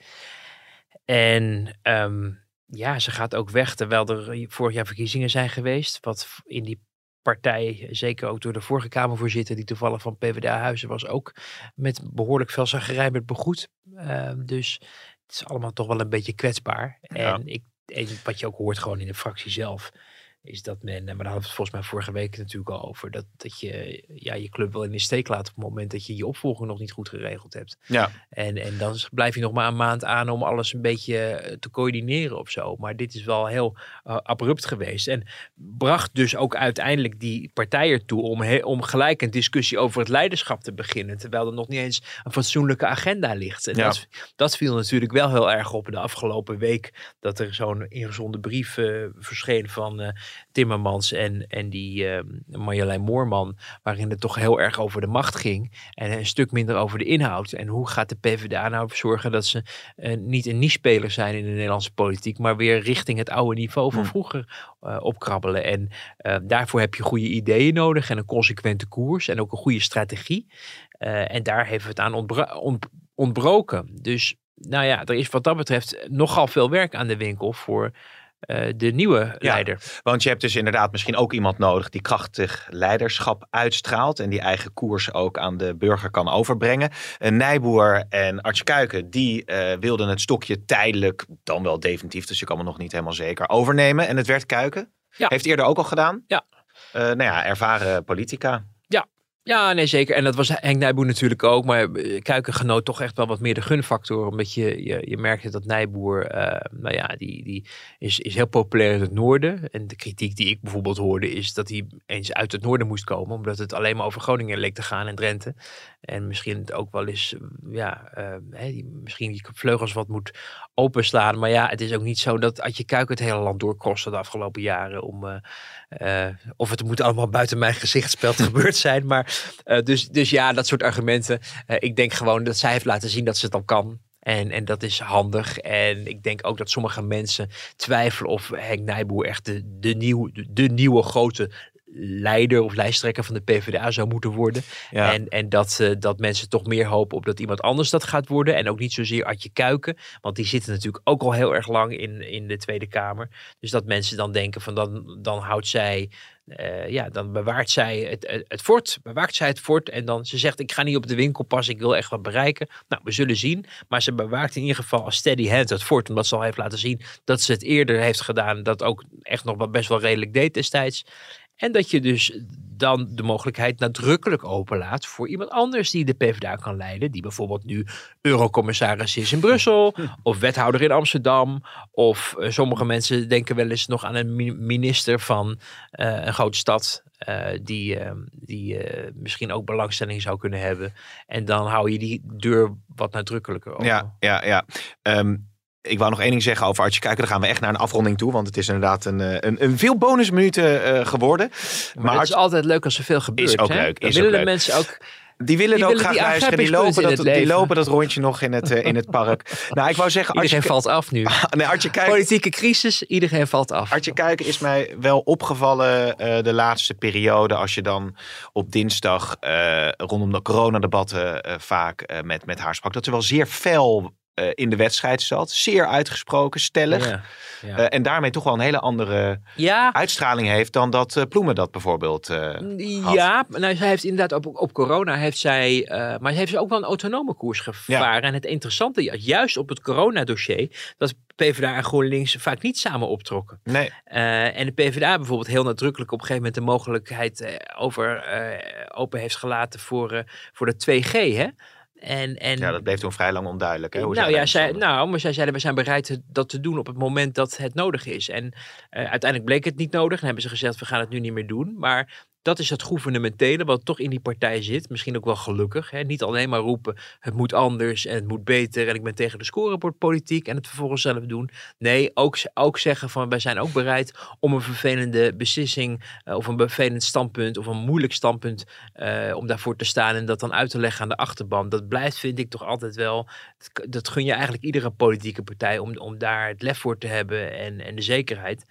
En um, ja, ze gaat ook weg terwijl er vorig jaar verkiezingen zijn geweest. Wat in die partij, zeker ook door de vorige Kamervoorzitter, die toevallig van PvdA-huizen was, ook met behoorlijk veel zagerij werd begroet. Uh, dus het is allemaal toch wel een beetje kwetsbaar. Ja. En, ik, en wat je ook hoort gewoon in de fractie zelf, is dat men, maar daar hadden we het volgens mij vorige week natuurlijk al over, dat, dat je ja, je club wel in de steek laat op het moment dat je je opvolging nog niet goed geregeld hebt. Ja. En, en dan blijf je nog maar een maand aan om alles een beetje te coördineren of zo. Maar dit is wel heel uh, abrupt geweest. En bracht dus ook uiteindelijk die partij ertoe om, he, om gelijk een discussie over het leiderschap te beginnen. Terwijl er nog niet eens een fatsoenlijke agenda ligt. En ja. dat, dat viel natuurlijk wel heel erg op de afgelopen week. Dat er zo'n ingezonden brief uh, verscheen van Uh, Timmermans en, en die uh, Marjolein Moorman, waarin het toch heel erg over de macht ging en een stuk minder over de inhoud. En hoe gaat de PvdA nou zorgen dat ze uh, niet een niche-speler zijn in de Nederlandse politiek, maar weer richting het oude niveau van hmm. vroeger uh, opkrabbelen. En uh, daarvoor heb je goede ideeën nodig en een consequente koers en ook een goede strategie. Uh, en daar hebben we het aan ontbra- ont- ontbroken. Dus nou ja, er is wat dat betreft nogal veel werk aan de winkel voor Uh, de nieuwe leider. Ja, want je hebt dus inderdaad misschien ook iemand nodig die krachtig leiderschap uitstraalt en die eigen koers ook aan de burger kan overbrengen. Uh, Nijboer en Artje Kuiken, die uh, wilden het stokje tijdelijk, dan wel definitief, dus je kan me nog niet helemaal zeker, overnemen. En het werd Kuiken. Ja. Heeft eerder ook al gedaan. Ja. Uh, nou ja, ervaren politica. Ja. Ja, nee, zeker. En dat was Henk Nijboer natuurlijk ook. Maar Kuiken genoot toch echt wel wat meer de gunfactor. Omdat je, je, je merkte dat Nijboer, uh, nou ja, die, die is, is heel populair in het noorden. En de kritiek die ik bijvoorbeeld hoorde is dat hij eens uit het noorden moest komen. Omdat het alleen maar over Groningen leek te gaan en Drenthe. En misschien het ook wel eens, ja, uh, he, misschien die vleugels wat moet openslaan. Maar ja, het is ook niet zo dat Adje Kuiken het hele land doorkostte de afgelopen jaren. Om, uh, uh, of het moet allemaal buiten mijn gezichtsveld gebeurd zijn. Maar Uh, dus, dus ja, dat soort argumenten. Uh, ik denk gewoon dat zij heeft laten zien dat ze het al kan. En, en dat is handig. En ik denk ook dat sommige mensen twijfelen of Henk Nijboer echt de, de, nieuw, de, de nieuwe grote leider of lijsttrekker van de PvdA zou moeten worden. Ja. En, en dat, uh, dat mensen toch meer hopen op dat iemand anders dat gaat worden. En ook niet zozeer Adje Kuiken. Want die zitten natuurlijk ook al heel erg lang in, in de Tweede Kamer. Dus dat mensen dan denken van dan, dan houdt zij Uh, ja, dan bewaart zij het, het, het fort, bewaakt zij het fort en dan ze zegt ik ga niet op de winkel passen, ik wil echt wat bereiken. Nou, we zullen zien, maar ze bewaakt in ieder geval als steady hand het fort, omdat ze al heeft laten zien dat ze het eerder heeft gedaan, dat ook echt nog best wel redelijk deed destijds. En dat je dus dan de mogelijkheid nadrukkelijk openlaat voor iemand anders die de PvdA kan leiden. Die bijvoorbeeld nu eurocommissaris is in Brussel. Of wethouder in Amsterdam. Of uh, sommige mensen denken wel eens nog aan een minister van uh, een grote stad. Uh, die uh, die uh, misschien ook belangstelling zou kunnen hebben. En dan hou je die deur wat nadrukkelijker open. Ja, ja, ja. Um... Ik wou nog één ding zeggen over Artje Kuiken. Dan gaan we echt naar een afronding toe. Want het is inderdaad een, een, een veel bonusminuten uh, geworden. Maar, maar het is altijd leuk als er veel gebeurt. Is ook hè? leuk. Dan is willen ook de leuk. mensen ook... Die willen die ook willen graag die luisteren. Die lopen, dat, die lopen dat rondje nog in het, uh, in het park. Nou, ik wou zeggen... Iedereen Artje... valt af nu. nee, Artje Kuiken... Politieke crisis, iedereen valt af. Artje Kuiken is mij wel opgevallen uh, de laatste periode. Als je dan op dinsdag uh, rondom de coronadebatten uh, vaak uh, met, met haar sprak. Dat ze wel zeer fel... Uh, in de wedstrijd zat. Zeer uitgesproken, stellig. Ja, ja. Uh, en daarmee toch wel een hele andere ja. uitstraling heeft dan dat uh, Ploemen dat bijvoorbeeld uh, Ja, nou, zij heeft inderdaad op, op corona heeft zij... Uh, maar heeft ze ook wel een autonome koers gevaren. Ja. En het interessante, juist op het coronadossier... dat PvdA en GroenLinks vaak niet samen optrokken. Nee. Uh, en de PvdA bijvoorbeeld heel nadrukkelijk op een gegeven moment de mogelijkheid uh, over uh, open heeft gelaten voor, uh, voor de twee G, hè? En, en, ja, dat bleef toen vrij lang onduidelijk. Hè? Hoe nou ja, zij, nou, maar zij zeiden we zijn bereid dat te doen op het moment dat het nodig is. En uh, uiteindelijk bleek het niet nodig en hebben ze gezegd we gaan het nu niet meer doen. Maar dat is het gouvernementele wat toch in die partij zit. Misschien ook wel gelukkig. Hè? Niet alleen maar roepen het moet anders en het moet beter en ik ben tegen de scorebordpolitiek en het vervolgens zelf doen. Nee, ook, ook zeggen van wij zijn ook bereid om een vervelende beslissing uh, of een vervelend standpunt of een moeilijk standpunt uh, om daarvoor te staan en dat dan uit te leggen aan de achterban. Dat blijft, vind ik, toch altijd wel, dat gun je eigenlijk iedere politieke partij om, om daar het lef voor te hebben en, en de zekerheid.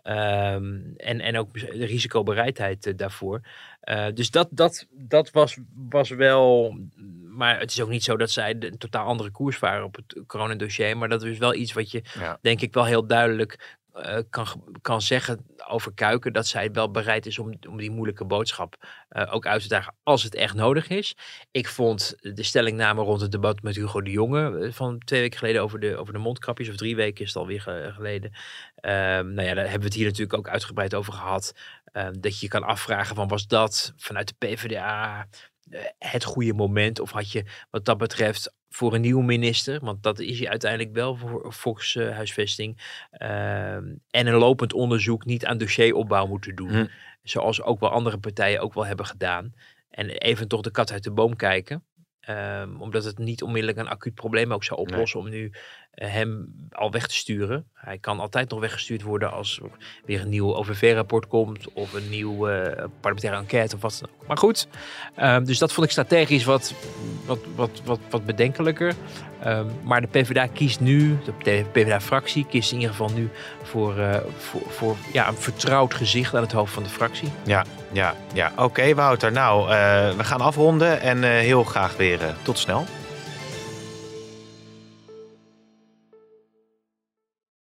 Um, en, en ook de risicobereidheid uh, daarvoor. Uh, dus dat, dat, dat was, was wel... Maar het is ook niet zo dat zij een totaal andere koers varen op het coronadossier. Maar dat is wel iets wat je, ja. denk ik, wel heel duidelijk uh, kan, kan zeggen over Kuiken. Dat zij wel bereid is om, om die moeilijke boodschap uh, ook uit te dragen als het echt nodig is. Ik vond de stellingname rond het debat met Hugo de Jonge van twee weken geleden over de, over de mondkapjes. Of drie weken is het alweer ge, geleden. Uh, nou ja, daar hebben we het hier natuurlijk ook uitgebreid over gehad. Uh, dat je je kan afvragen van was dat vanuit de PvdA uh, het goede moment? Of had je wat dat betreft voor een nieuwe minister, want dat is hij uiteindelijk wel voor volkshuisvesting, uh, en een lopend onderzoek niet aan dossieropbouw moeten doen. Hm. Zoals ook wel andere partijen ook wel hebben gedaan. En even toch de kat uit de boom kijken. Um, omdat het niet onmiddellijk een acuut probleem ook zou oplossen nee. om nu uh, hem al weg te sturen. Hij kan altijd nog weggestuurd worden als er weer een nieuw O V V-rapport komt of een nieuwe uh, parlementaire enquête of wat dan ook. Maar goed, um, dus dat vond ik strategisch wat, wat, wat, wat, wat bedenkelijker. Um, maar de PvdA kiest nu, de PvdA-fractie kiest in ieder geval nu voor, uh, voor, voor ja, een vertrouwd gezicht aan het hoofd van de fractie. Ja, ja, ja. Oké, okay, Wouter. Nou, uh, we gaan afronden en uh, heel graag weer uh, tot snel.